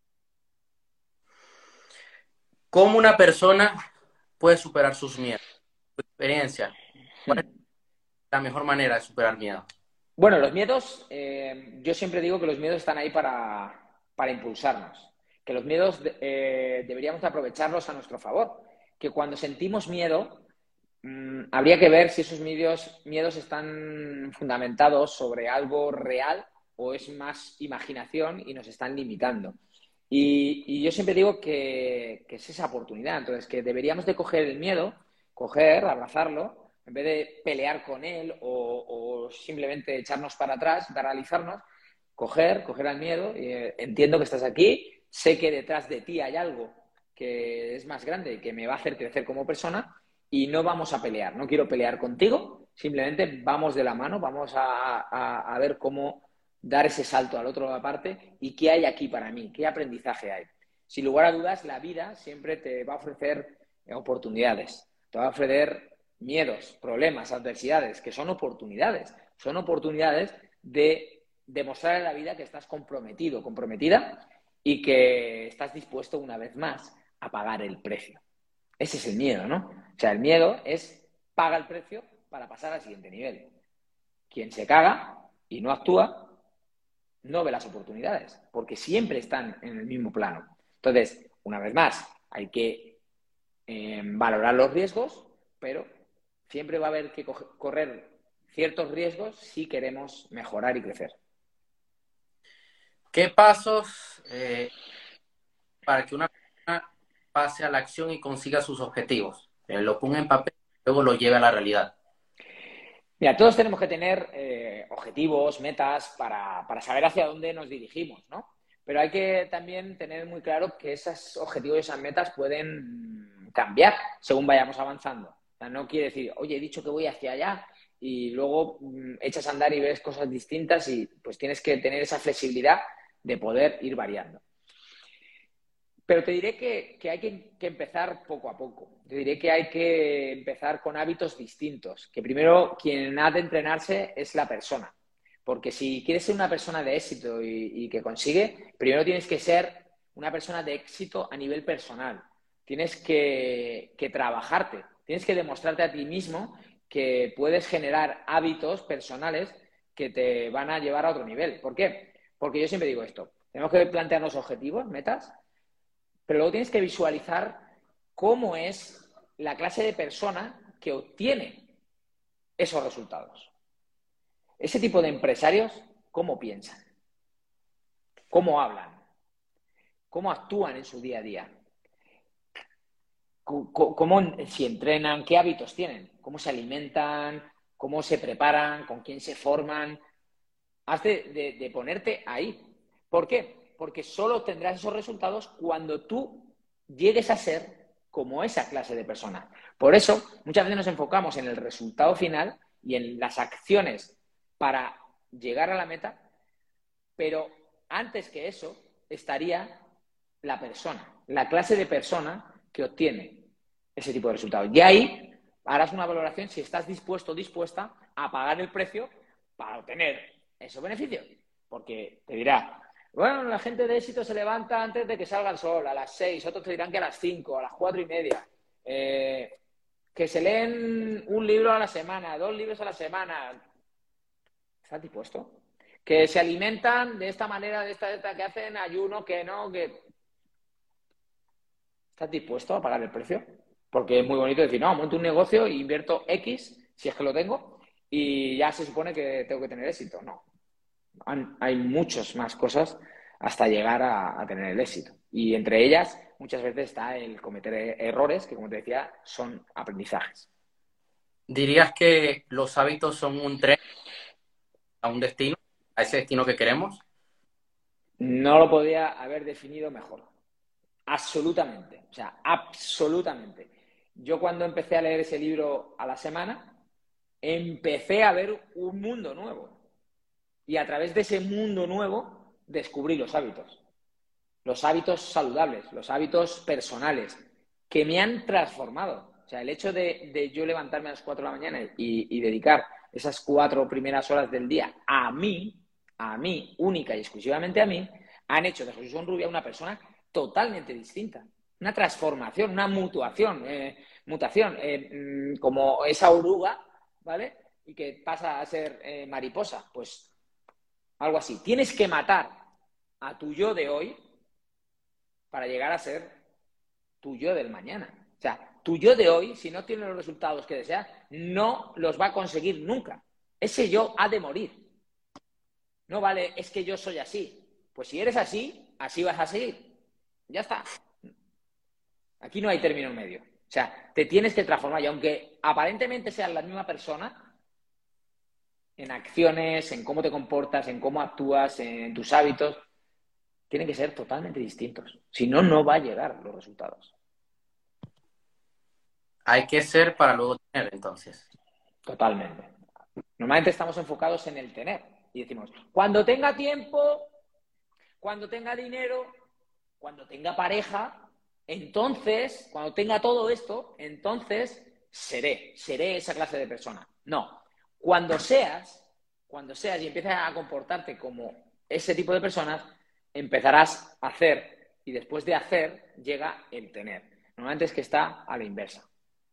¿Cómo una persona puede superar sus miedos? Tu experiencia, ¿cuál es la mejor manera de superar miedo? Bueno, los miedos, yo siempre digo que los miedos están ahí para impulsarnos, que los miedos deberíamos de aprovecharlos a nuestro favor, que cuando sentimos miedo, habría que ver si esos miedos están fundamentados sobre algo real o es más imaginación y nos están limitando. Y yo siempre digo que es esa oportunidad, entonces que deberíamos de coger el miedo, abrazarlo, en vez de pelear con él o simplemente echarnos para atrás, paralizarnos, coger al miedo, y, entiendo que estás aquí, sé que detrás de ti hay algo que es más grande y que me va a hacer crecer como persona y no vamos a pelear, no quiero pelear contigo, simplemente vamos de la mano, vamos a ver cómo dar ese salto al otro parte y qué hay aquí para mí, qué aprendizaje hay. Sin lugar a dudas, la vida siempre te va a ofrecer oportunidades, te va a ofrecer miedos, problemas, adversidades, que son oportunidades de demostrar en la vida que estás comprometido, comprometida y que estás dispuesto una vez más a pagar el precio. Ese es el miedo, ¿no? O sea, el miedo es paga el precio para pasar al siguiente nivel. Quien se caga y no actúa, no ve las oportunidades, porque siempre están en el mismo plano. Entonces, una vez más, hay que valorar los riesgos, pero siempre va a haber que correr ciertos riesgos si queremos mejorar y crecer. ¿Qué pasos para que una persona pase a la acción y consiga sus objetivos? Lo ponga en papel y luego lo lleve a la realidad. Mira, todos tenemos que tener objetivos, metas para saber hacia dónde nos dirigimos, ¿no? Pero hay que también tener muy claro que esos objetivos y esas metas pueden cambiar según vayamos avanzando. O sea, no quiere decir, oye, he dicho que voy hacia allá y luego echas a andar y ves cosas distintas y pues tienes que tener esa flexibilidad de poder ir variando. Pero te diré que hay que empezar poco a poco. Te diré que hay que empezar con hábitos distintos. Que primero quien ha de entrenarse es la persona. Porque si quieres ser una persona de éxito y que consigue, primero tienes que ser una persona de éxito a nivel personal. Tienes que trabajarte. Tienes que demostrarte a ti mismo que puedes generar hábitos personales que te van a llevar a otro nivel. ¿Por qué? Porque yo siempre digo esto. Tenemos que plantearnos objetivos, metas, pero luego tienes que visualizar cómo es la clase de persona que obtiene esos resultados. Ese tipo de empresarios, ¿cómo piensan? ¿Cómo hablan? ¿Cómo actúan en su día a día? Si entrenan? ¿Qué hábitos tienen? ¿Cómo se alimentan? ¿Cómo se preparan? ¿Con quién se forman? Has de ponerte ahí. ¿Por qué? Porque solo tendrás esos resultados cuando tú llegues a ser como esa clase de persona. Por eso, muchas veces nos enfocamos en el resultado final y en las acciones para llegar a la meta, pero antes que eso estaría la persona, la clase de persona que obtiene ese tipo de resultados. Y ahí harás una valoración si estás dispuesto o dispuesta a pagar el precio para obtener esos beneficios. Porque te dirá, bueno, la gente de éxito se levanta antes de que salga el sol, a las 6, otros te dirán que a las 5, a las 4:30. Que se leen un libro a la semana, 2 libros a la semana. ¿Estás dispuesto? Que se alimentan de esta manera, de esta, que hacen ayuno, que no, que... ¿Estás dispuesto a pagar el precio? Porque es muy bonito decir, no, monto un negocio e invierto X, si es que lo tengo, y ya se supone que tengo que tener éxito. No. Hay muchas más cosas hasta llegar a tener el éxito. Y entre ellas, muchas veces está el cometer errores que, como te decía, son aprendizajes. ¿Dirías que los hábitos son un tren a un destino, a ese destino que queremos? No lo podía haber definido mejor. Absolutamente. O sea, absolutamente. Yo cuando empecé a leer ese libro a la semana, empecé a ver un mundo nuevo. Y a través de ese mundo nuevo descubrí los hábitos saludables, los hábitos personales, que me han transformado. O sea, el hecho de yo levantarme a las 4 de la mañana y dedicar esas 4 primeras horas del día a mí, única y exclusivamente a mí, han hecho de Jesús Onrubia una persona totalmente distinta. Una transformación, una mutación, como esa oruga, ¿vale? Y que pasa a ser mariposa. Pues algo así. Tienes que matar a tu yo de hoy para llegar a ser tu yo del mañana. O sea, tu yo de hoy, si no tiene los resultados que deseas, no los va a conseguir nunca. Ese yo ha de morir. No vale, es que yo soy así. Pues si eres así, así vas a seguir. Ya está. Aquí no hay término medio. O sea, te tienes que transformar. Y aunque aparentemente seas la misma persona, en acciones, en cómo te comportas, en cómo actúas, en tus hábitos, tienen que ser totalmente distintos. Si no, no va a llegar los resultados. Hay que ser para luego tener, entonces. Totalmente. Normalmente estamos enfocados en el tener. Y decimos, cuando tenga tiempo, cuando tenga dinero, cuando tenga pareja, entonces, cuando tenga todo esto, entonces seré esa clase de persona. No. Cuando seas y empieces a comportarte como ese tipo de personas, empezarás a hacer y después de hacer llega el tener. Normalmente es que está a la inversa.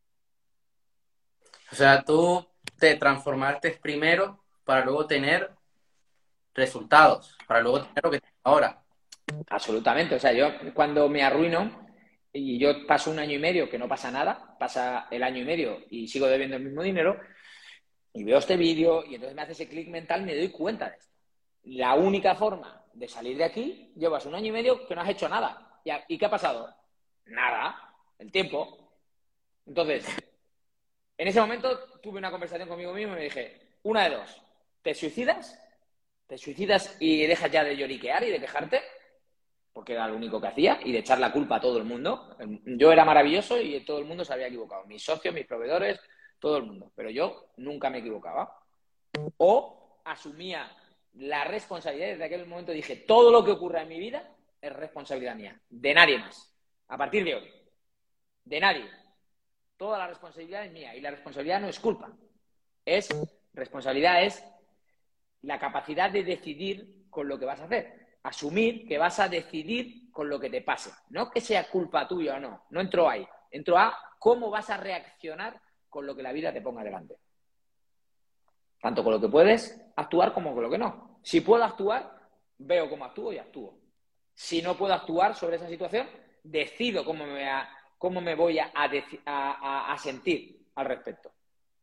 O sea, tú te transformaste primero para luego tener resultados, para luego tener lo que tienes ahora. Absolutamente. O sea, yo cuando me arruino y yo paso un año y medio que no pasa nada, pasa el año y medio y sigo debiendo el mismo dinero y veo este vídeo y entonces me hace ese clic mental y me doy cuenta de esto. La única forma de salir de aquí, llevas un año y medio que no has hecho nada. ¿Y qué ha pasado? Nada. El tiempo. Entonces, en ese momento tuve una conversación conmigo mismo y me dije, una de dos, ¿te suicidas? ¿Te suicidas y dejas ya de lloriquear y de quejarte? Porque era lo único que hacía, y de echar la culpa a todo el mundo. Yo era maravilloso y todo el mundo se había equivocado. Mis socios, mis proveedores, todo el mundo. Pero yo nunca me equivocaba. O asumía la responsabilidad. Desde aquel momento dije, todo lo que ocurra en mi vida es responsabilidad mía. De nadie más. A partir de hoy. De nadie. Toda la responsabilidad es mía. Y la responsabilidad no es culpa. Responsabilidad es la capacidad de decidir con lo que vas a hacer. Asumir que vas a decidir con lo que te pase. No que sea culpa tuya o no. No entro ahí. Entro a cómo vas a reaccionar con lo que la vida te ponga delante. Tanto con lo que puedes actuar como con lo que no. Si puedo actuar, veo cómo actúo y actúo. Si no puedo actuar sobre esa situación, decido cómo me voy a sentir al respecto.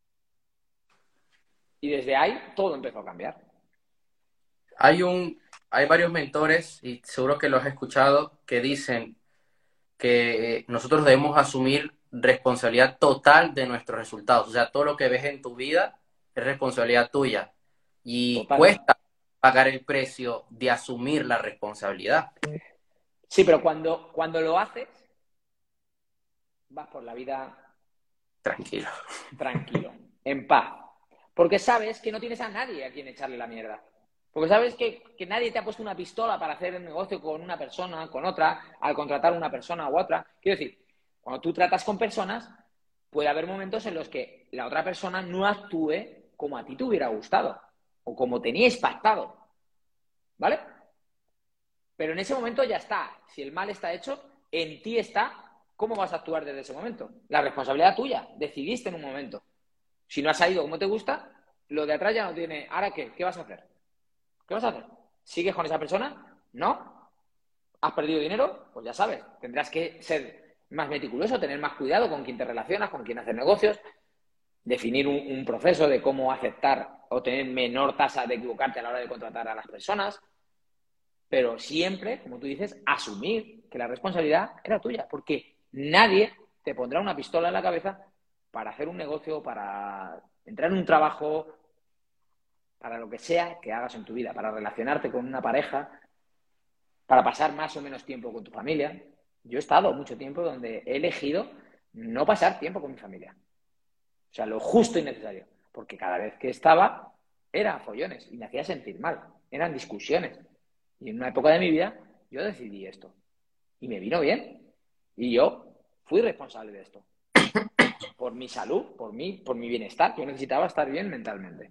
Y desde ahí todo empezó a cambiar. Hay varios mentores, y seguro que los has escuchado, que dicen que nosotros debemos asumir responsabilidad total de nuestros resultados. O sea, todo lo que ves en tu vida es responsabilidad tuya. Y Totalmente. cuesta pagar el precio de asumir la responsabilidad. Sí, pero cuando lo haces, vas por la vida Tranquilo. tranquilo, en paz. Porque sabes que no tienes a nadie a quien echarle la mierda. Porque sabes que nadie te ha puesto una pistola para hacer el negocio con una persona, con otra, al contratar a una persona u otra. Quiero decir, cuando tú tratas con personas, puede haber momentos en los que la otra persona no actúe como a ti te hubiera gustado o como teníais pactado. ¿Vale? Pero en ese momento ya está. Si el mal está hecho, en ti está cómo vas a actuar desde ese momento. La responsabilidad tuya. Decidiste en un momento. Si no ha salido como te gusta, lo de atrás ya no tiene. ¿Ahora qué? ¿Qué vas a hacer? ¿Qué vas a hacer? ¿Sigues con esa persona? ¿No? ¿Has perdido dinero? Pues ya sabes. Tendrás que ser más meticuloso, tener más cuidado con quién te relacionas, con quién haces negocios, definir un proceso de cómo aceptar o tener menor tasa de equivocarte a la hora de contratar a las personas. pero siempre, como tú dices, asumir que la responsabilidad era tuya, porque nadie te pondrá una pistola en la cabeza para hacer un negocio, para entrar en un trabajo, para lo que sea que hagas en tu vida, para relacionarte con una pareja, para pasar más o menos tiempo con tu familia. Yo he estado mucho tiempo donde he elegido no pasar tiempo con mi familia. O sea, lo justo y necesario. Porque cada vez que estaba, era follones y me hacía sentir mal. Eran discusiones. Y en una época de mi vida, yo decidí esto. Y me vino bien. Y yo fui responsable de esto. Por mi salud, por mi bienestar. Yo necesitaba estar bien mentalmente.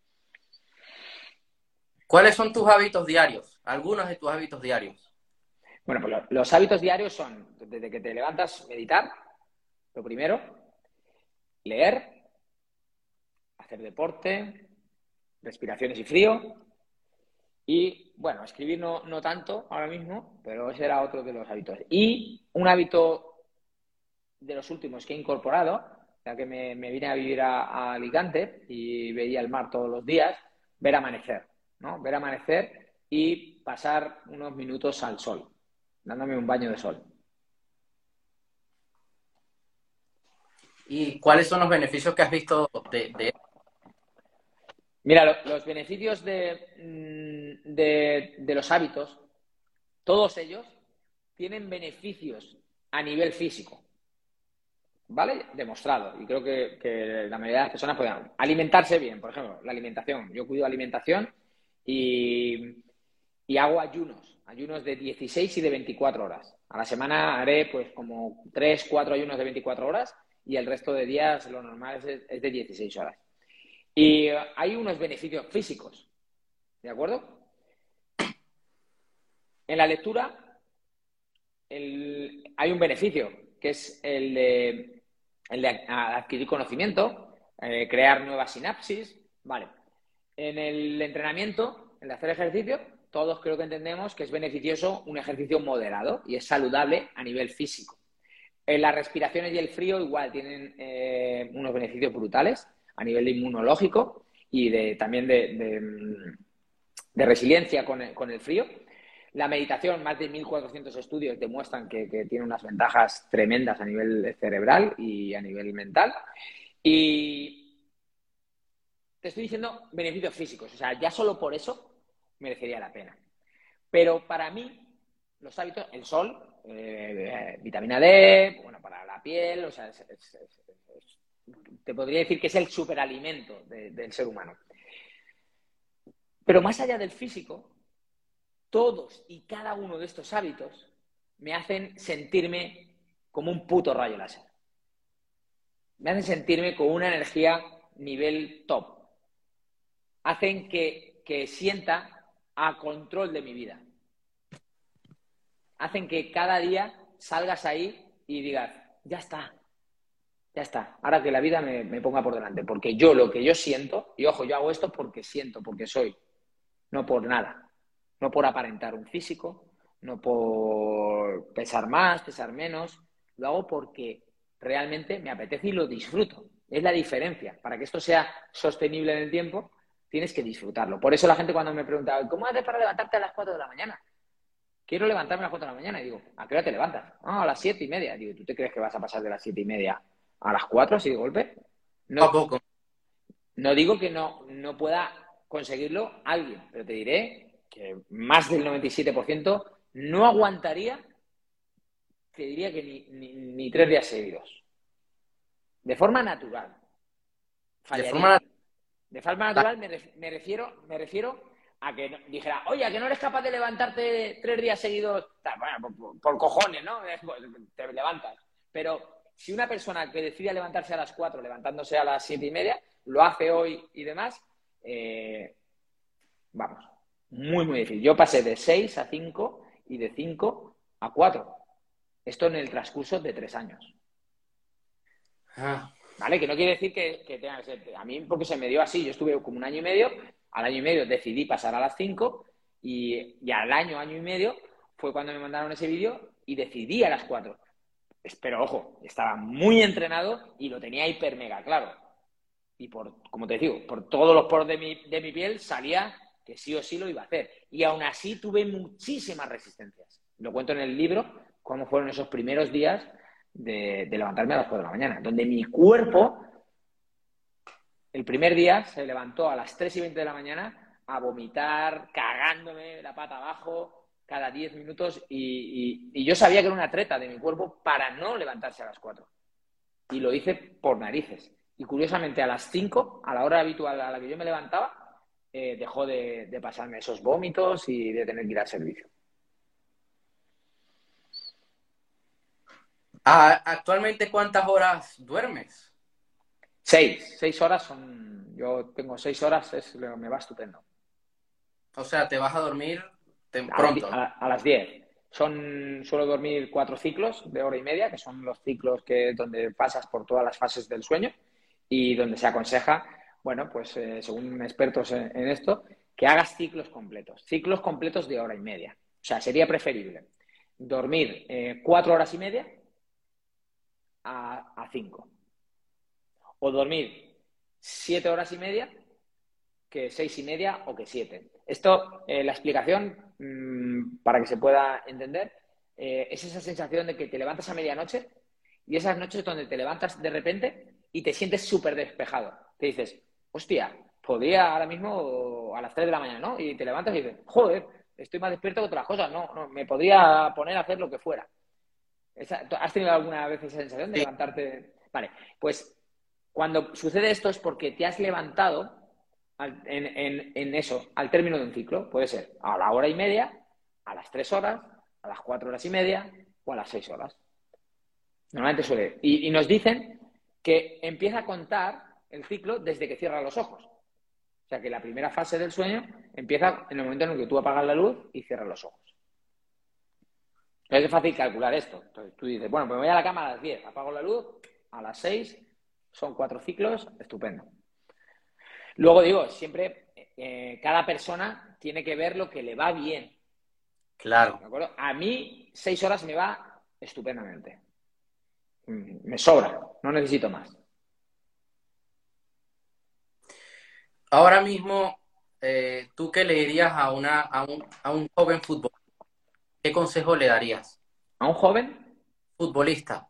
¿Cuáles son tus hábitos diarios? Algunos de tus hábitos diarios. Bueno, pues los hábitos diarios son, desde que te levantas, meditar, lo primero, leer, hacer deporte, respiraciones y frío. Y bueno, escribir no tanto ahora mismo, pero ese era otro de los hábitos. Y un hábito de los últimos que he incorporado, ya que me vine a vivir a Alicante y veía el mar todos los días, ver amanecer, ¿no? Ver amanecer y pasar unos minutos al sol, dándome un baño de sol. ¿Y cuáles son los beneficios que has visto de... Mira, los beneficios de los hábitos, todos ellos tienen beneficios a nivel físico, ¿vale? Demostrado. Y creo que la mayoría de las personas pueden alimentarse bien, por ejemplo, la alimentación. Yo cuido alimentación y hago ayunos de 16 y de 24 horas. A la semana haré pues como 3 4 ayunos de 24 horas y el resto de días lo normal es de 16 horas. Y hay unos beneficios físicos, ¿de acuerdo? En la lectura hay un beneficio, que es el de adquirir conocimiento, crear nuevas sinapsis, ¿vale? En el entrenamiento, en el hacer ejercicio, todos creo que entendemos que es beneficioso un ejercicio moderado y es saludable a nivel físico. En las respiraciones y el frío igual tienen unos beneficios brutales a nivel inmunológico y también de resiliencia con el frío. La meditación, más de 1.400 estudios demuestran que tiene unas ventajas tremendas a nivel cerebral y a nivel mental. Y te estoy diciendo beneficios físicos, o sea, ya solo por eso merecería la pena. Pero para mí, los hábitos, el sol, vitamina D, bueno, para la piel, o sea, te podría decir que es el superalimento del ser humano. Pero más allá del físico, todos y cada uno de estos hábitos me hacen sentirme como un puto rayo láser. Me hacen sentirme con una energía nivel top. Hacen que sienta a control de mi vida. Hacen que cada día salgas ahí y digas, ya está, ahora que la vida me ponga por delante, porque yo lo que yo siento, y ojo, yo hago esto porque siento, porque soy, no por nada, no por aparentar un físico, no por pesar más, pesar menos, lo hago porque realmente me apetece y lo disfruto. Es la diferencia. Para que esto sea sostenible en el tiempo, tienes que disfrutarlo. Por eso la gente cuando me pregunta, ¿cómo haces para levantarte a las 4 de la mañana? Quiero levantarme a las 4 de la mañana. Y digo, ¿a qué hora te levantas? Ah, a las 7:30. Digo, ¿tú te crees que vas a pasar de las 7:30 a las 4 así de golpe? A No, poco? no digo que no pueda conseguirlo alguien, pero te diré que más del 97% no aguantaría, te diría que ni 3 días seguidos. De forma natural. De Fallaría. forma De forma natural me refiero a que dijera, oye, ¿a que no eres capaz de levantarte 3 días seguidos? Bueno, por cojones, ¿no? Te levantas. Pero si una persona que decide levantarse a las 4, levantándose a las 7:30, lo hace hoy y demás, vamos, muy, muy difícil. Yo pasé de 6 a 5 y de 5 a 4. Esto en el transcurso de 3 años. Ah, ¿Vale? Que no quiere decir que tenga que ser. A mí, porque se me dio así. Yo estuve como un año y medio. Al año y medio decidí pasar a las 5 y al año y medio fue cuando me mandaron ese vídeo y decidí a las 4. Pero ojo, estaba muy entrenado y lo tenía hiper mega claro. Y como te digo, por todos los poros de mi piel salía que sí o sí lo iba a hacer. Y aún así tuve muchísimas resistencias. Lo cuento en el libro, cómo fueron esos primeros días de levantarme a las 4 de la mañana, donde mi cuerpo, el primer día, se levantó a las 3:20 de la mañana a vomitar, cagándome la pata abajo cada 10 minutos y yo sabía que era una treta de mi cuerpo para no levantarse a las 4. Y lo hice por narices. Y curiosamente a las 5, a la hora habitual a la que yo me levantaba, dejó de pasarme esos vómitos y de tener que ir al servicio. Actualmente, ¿cuántas horas duermes? 6 horas son... Yo tengo 6 horas, me va estupendo. O sea, te vas a dormir A, pronto. a las 10. Suelo dormir 4 ciclos de hora y media, que son los ciclos donde pasas por todas las fases del sueño y donde se aconseja, bueno, pues según expertos en esto, que hagas ciclos completos de hora y media. O sea, sería preferible dormir 4 horas y media a 5. O dormir 7 horas y media que 6:30 o que 7. Esto, la explicación, para que se pueda entender, es esa sensación de que te levantas a medianoche y esas noches donde te levantas de repente y te sientes súper despejado. Te dices, hostia, podría ahora mismo a las 3 de la mañana, ¿no? Y te levantas y dices, joder, estoy más despierto que otras cosas, no, me podría poner a hacer lo que fuera. ¿Has tenido alguna vez esa sensación de Sí. levantarte? Vale, pues cuando sucede esto es porque te has levantado en eso, al término de un ciclo. Puede ser a la hora y media, a las 3 horas, a las 4 horas y media o a las 6 horas. Normalmente suele. Y nos dicen que empieza a contar el ciclo desde que cierras los ojos. O sea que la primera fase del sueño empieza en el momento en el que tú apagas la luz y cierras los ojos. Es fácil calcular esto. Entonces tú dices, bueno, pues me voy a la cama a las 10, apago la luz, a las 6, son 4 ciclos, estupendo. Luego digo, siempre cada persona tiene que ver lo que le va bien. Claro. ¿De acuerdo? A mí 6 horas me va estupendamente. Me sobra, no necesito más. Ahora mismo, ¿tú qué le dirías a un joven futbolista? ¿Qué consejo le darías? A un joven, Futbolista.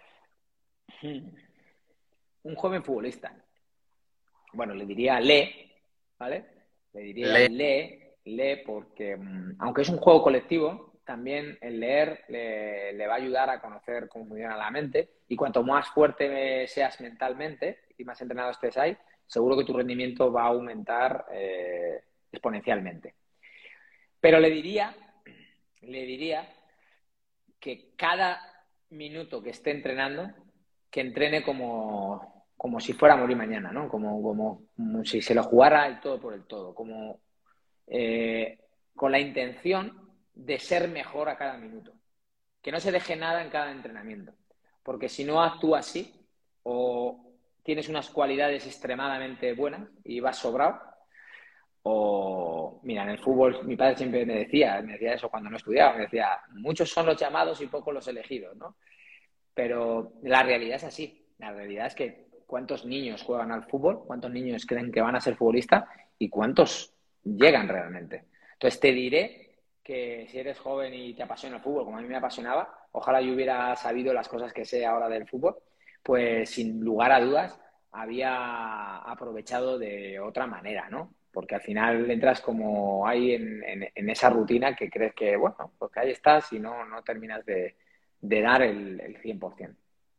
un joven futbolista, bueno, le diría lee, ¿vale? Le diría Le- lee porque, aunque es un juego colectivo, también el leer le va a ayudar a conocer cómo funciona la mente y cuanto más fuerte seas mentalmente y más entrenado estés ahí, seguro que tu rendimiento va a aumentar exponencialmente. Pero le diría que cada minuto que esté entrenando, que entrene como si fuera a morir mañana, ¿no? Como si se lo jugara el todo por el todo, como con la intención de ser mejor a cada minuto. Que no se deje nada en cada entrenamiento. Porque si no actúas así, o tienes unas cualidades extremadamente buenas y vas sobrado, o, mira, en el fútbol, mi padre siempre me decía eso cuando no estudiaba, me decía, muchos son los llamados y pocos los elegidos, ¿no? Pero la realidad es así. La realidad es que cuántos niños juegan al fútbol, cuántos niños creen que van a ser futbolistas y cuántos llegan realmente. Entonces te diré que si eres joven y te apasiona el fútbol, como a mí me apasionaba, ojalá yo hubiera sabido las cosas que sé ahora del fútbol, pues sin lugar a dudas había aprovechado de otra manera, ¿no? Porque al final entras como ahí en esa rutina que crees que, bueno, pues que ahí estás y no terminas de dar el 100%.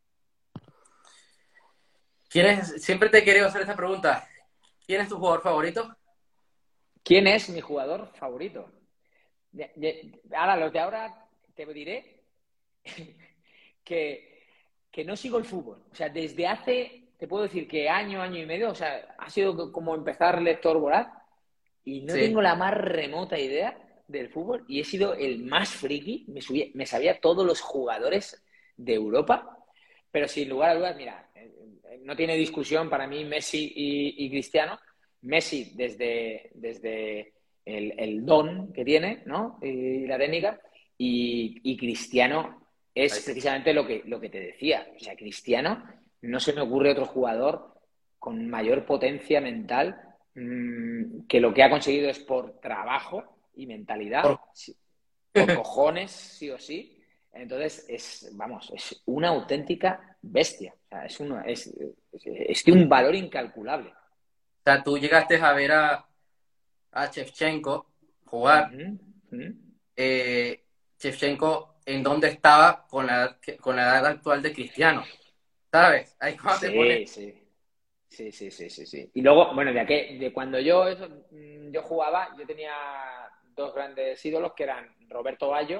Siempre te he querido hacer esta pregunta. ¿Quién es tu jugador favorito? ¿Quién es mi jugador favorito? Ahora, los de ahora te diré que no sigo el fútbol. O sea, desde hace, te puedo decir que año y medio, o sea, ha sido como empezar lector voraz y no Sí. tengo la más remota idea del fútbol y he sido el más friki. Me sabía todos los jugadores de Europa, pero sin lugar a dudas, mira, no tiene discusión para mí Messi y Cristiano. Messi desde el don que tiene, ¿no? Y la técnica, y Cristiano es Ahí sí. precisamente lo que te decía. O sea, Cristiano, no se me ocurre otro jugador con mayor potencia mental que lo que ha conseguido es por trabajo y mentalidad, Por- por cojones, sí o sí. Entonces, es una auténtica bestia. O sea, es de un valor incalculable. O sea, tú llegaste a ver a Shevchenko jugar. Ujú, ujú. Shevchenko en dónde estaba con la edad actual de Cristiano, ¿sabes? Ahí cuando te pones... Sí, sí. Sí, sí, sí, sí, sí. Y luego, bueno, de cuando yo jugaba, yo tenía dos grandes ídolos que eran Roberto Baggio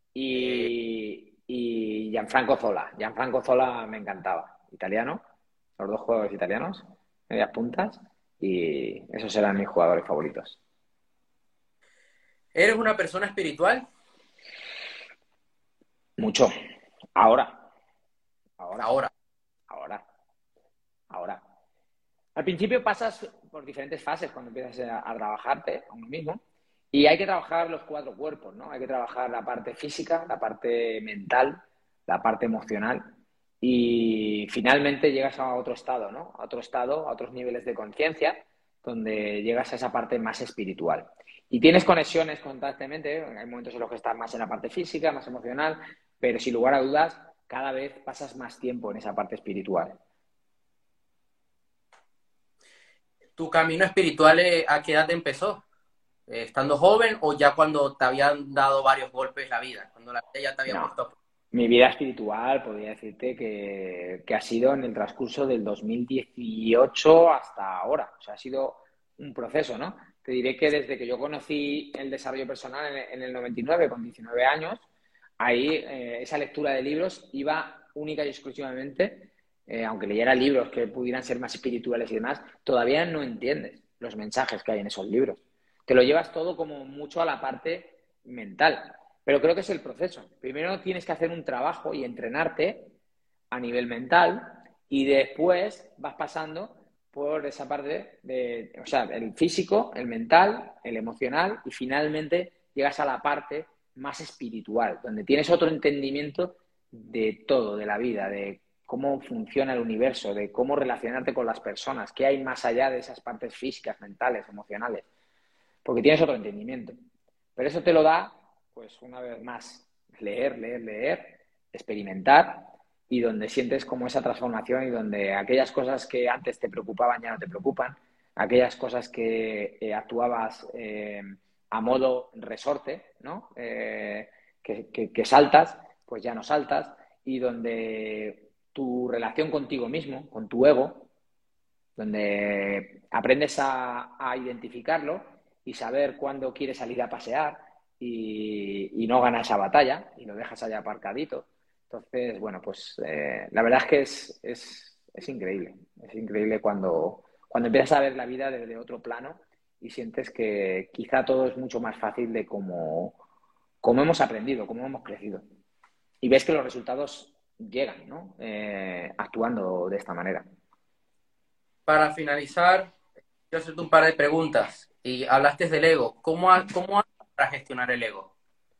y Gianfranco Zola. Gianfranco Zola me encantaba, italiano, los dos jugadores italianos, medias puntas, y esos eran mis jugadores favoritos. ¿Eres una persona espiritual? Mucho. Ahora, ahora, Ahora. ahora, ahora. Al principio pasas por diferentes fases cuando empiezas a trabajarte a uno mismo y hay que trabajar los cuatro cuerpos, ¿no? Hay que trabajar la parte física, la parte mental, la parte emocional y finalmente llegas a otro estado, ¿no? A otro estado, a otros niveles de conciencia donde llegas a esa parte más espiritual. Y tienes conexiones constantemente, ¿eh? Hay momentos en los que estás más en la parte física, más emocional, pero sin lugar a dudas, cada vez pasas más tiempo en esa parte espiritual. ¿Tu camino espiritual a qué edad empezó? ¿Estando joven o ya cuando te habían dado varios golpes la vida? Cuando la vida ya te había No. puesto... Mi vida espiritual podría decirte que ha sido en el transcurso del 2018 hasta ahora. O sea, ha sido un proceso, ¿no? Te diré que desde que yo conocí el desarrollo personal en el 99, con 19 años, ahí esa lectura de libros iba única y exclusivamente, aunque leyera libros que pudieran ser más espirituales y demás, todavía no entiendes los mensajes que hay en esos libros. Te lo llevas todo como mucho a la parte mental. Pero creo que es el proceso. Primero tienes que hacer un trabajo y entrenarte a nivel mental y después vas pasando por esa parte o sea, el físico, el mental, el emocional y finalmente llegas a la parte más espiritual, donde tienes otro entendimiento de todo, de la vida, de cómo funciona el universo, de cómo relacionarte con las personas, qué hay más allá de esas partes físicas, mentales, emocionales, porque tienes otro entendimiento. Pero eso te lo da, pues una vez más, leer, leer, leer, experimentar y donde sientes como esa transformación y donde aquellas cosas que antes te preocupaban ya no te preocupan, aquellas cosas que actuabas a modo resorte, ¿no? Que saltas, pues ya no saltas y donde tu relación contigo mismo, con tu ego, donde aprendes a identificarlo y saber cuándo quieres salir a pasear y no ganas esa batalla y lo dejas allá aparcadito. Entonces, bueno, pues la verdad es que es increíble. Es increíble cuando empiezas a ver la vida desde otro plano y sientes que quizá todo es mucho más fácil de como hemos aprendido, como hemos crecido. Y ves que los resultados llegan, ¿no? Actuando de esta manera. Para finalizar, quiero hacerte un par de preguntas. Y hablaste del ego. ¿Cómo haces para gestionar el ego?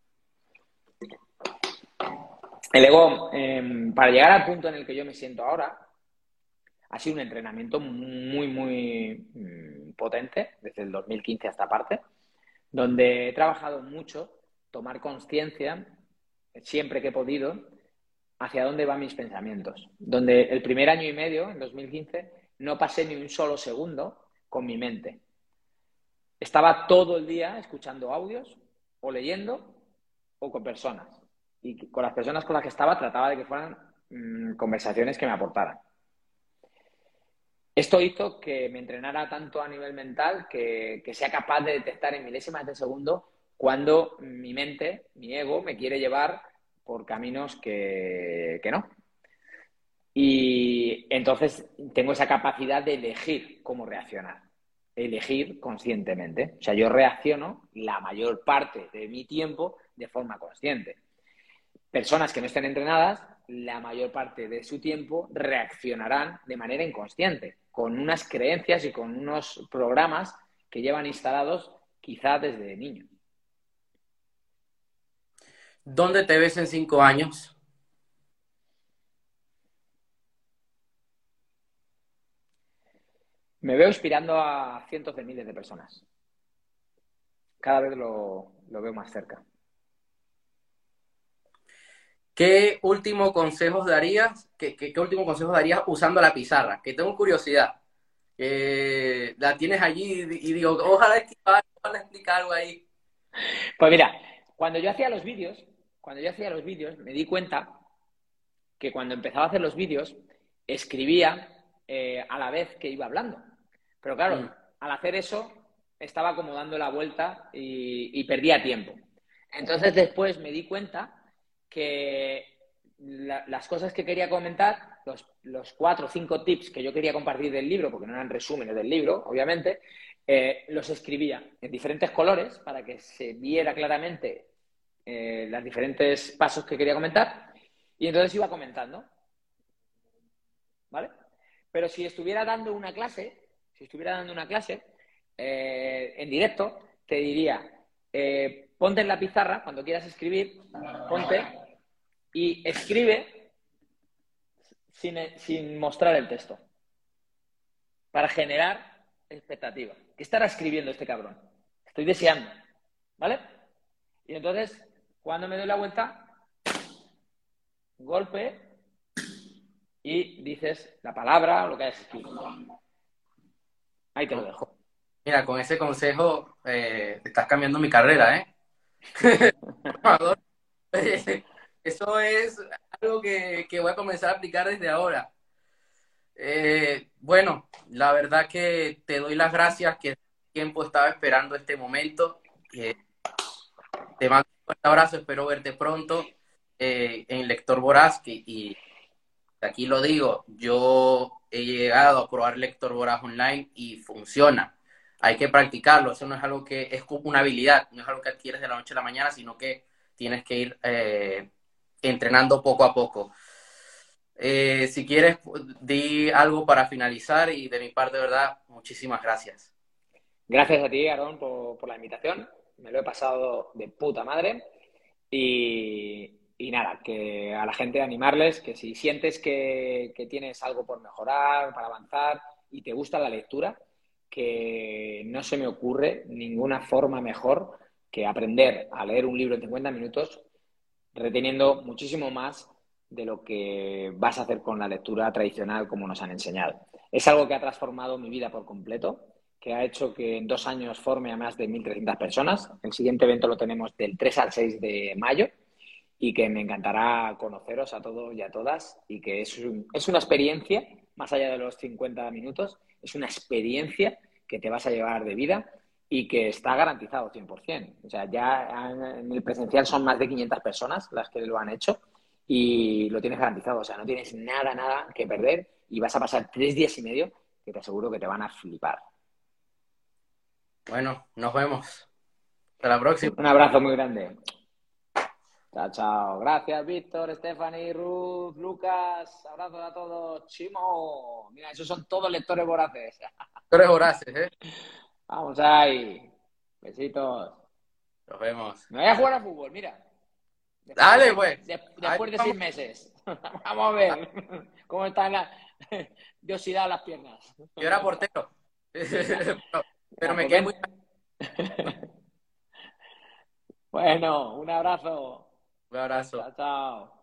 El ego, para llegar al punto en el que yo me siento ahora, ha sido un entrenamiento muy, muy potente, desde el 2015 hasta parte, donde he trabajado mucho, tomar conciencia, siempre que he podido, hacia dónde van mis pensamientos. Donde el primer año y medio, en 2015, no pasé ni un solo segundo con mi mente. Estaba todo el día escuchando audios o leyendo o con personas. Y con las personas con las que estaba trataba de que fueran conversaciones que me aportaran. Esto hizo que me entrenara tanto a nivel mental que sea capaz de detectar en milésimas de segundo cuando mi mente, mi ego, me quiere llevar por caminos que no. Y entonces tengo esa capacidad de elegir cómo reaccionar, elegir conscientemente. O sea, yo reacciono la mayor parte de mi tiempo de forma consciente. Personas que no estén entrenadas, la mayor parte de su tiempo reaccionarán de manera inconsciente, con unas creencias y con unos programas que llevan instalados quizá desde niños. ¿Dónde te ves en 5 años? Me veo inspirando a cientos de miles de personas. Cada vez lo veo más cerca. ¿Qué último consejos darías? ¿Qué último consejo darías usando la pizarra? Que tengo curiosidad. La tienes allí y digo, ojalá explique algo ahí. Pues mira, cuando yo hacía los vídeos, me di cuenta que cuando empezaba a hacer los vídeos, escribía a la vez que iba hablando. Pero claro, Mm, al hacer eso, estaba como dando la vuelta y perdía tiempo. Entonces después me di cuenta que las cosas que quería comentar, los 4 o 5 tips que yo quería compartir del libro, porque no eran resúmenes del libro, obviamente, los escribía en diferentes colores para que se viera claramente los diferentes pasos que quería comentar y entonces iba comentando, ¿vale? Pero si estuviera dando una clase en directo, te diría, ponte en la pizarra, cuando quieras escribir, ponte y escribe sin mostrar el texto, para generar expectativa. ¿Qué estará escribiendo este cabrón? Estoy deseando, ¿vale? Y entonces, cuando me doy la vuelta, golpe y dices la palabra o lo que hayas escrito. Ahí te lo no. dejo. Mira, con ese consejo te estás cambiando mi carrera, ¿eh? Eso es algo que voy a comenzar a aplicar desde ahora. Bueno, la verdad que te doy las gracias, que tiempo estaba esperando este momento. Te mando un fuerte abrazo, espero verte pronto en Lector Voraz. Y aquí lo digo, yo he llegado a probar Lector Voraz online y funciona. Hay que practicarlo, eso no es algo que es como una habilidad, no es algo que adquieres de la noche a la mañana, sino que tienes que ir entrenando poco a poco. Si quieres, di algo para finalizar y de mi parte, de verdad, muchísimas gracias. Gracias a ti, Aarón, por la invitación. Me lo he pasado de puta madre. Y nada, que a la gente animarles que si sientes que tienes algo por mejorar, para avanzar y te gusta la lectura, que no se me ocurre ninguna forma mejor que aprender a leer un libro en 50 minutos reteniendo muchísimo más de lo que vas a hacer con la lectura tradicional como nos han enseñado. Es algo que ha transformado mi vida por completo, que ha hecho que en 2 años forme a más de 1.300 personas. El siguiente evento lo tenemos del 3 al 6 de mayo y que me encantará conoceros a todos y a todas y que es una experiencia, más allá de los 50 minutos, es una experiencia que te vas a llevar de vida y que está garantizado 100%. O sea, ya en el presencial son más de 500 personas las que lo han hecho y lo tienes garantizado. O sea, no tienes nada, nada que perder y vas a pasar 3 días y medio que te aseguro que te van a flipar. Bueno, nos vemos. Hasta la próxima. Un abrazo muy grande. Chao, chao. Gracias, Víctor, Stephanie, Ruth, Lucas. Abrazos a todos. Chimo. Mira, esos son todos lectores voraces. Tú eres voraces, ¿eh? Vamos ahí. Besitos. Nos vemos. Me voy a jugar a fútbol, mira. Dale, pues. Ahí Después de vamos. 6 meses. Vamos a ver cómo están de oxidar las piernas. Yo era portero. Pero Ah, me pues quedé muy... ven. Bueno, un abrazo. Un abrazo. Chao, chao.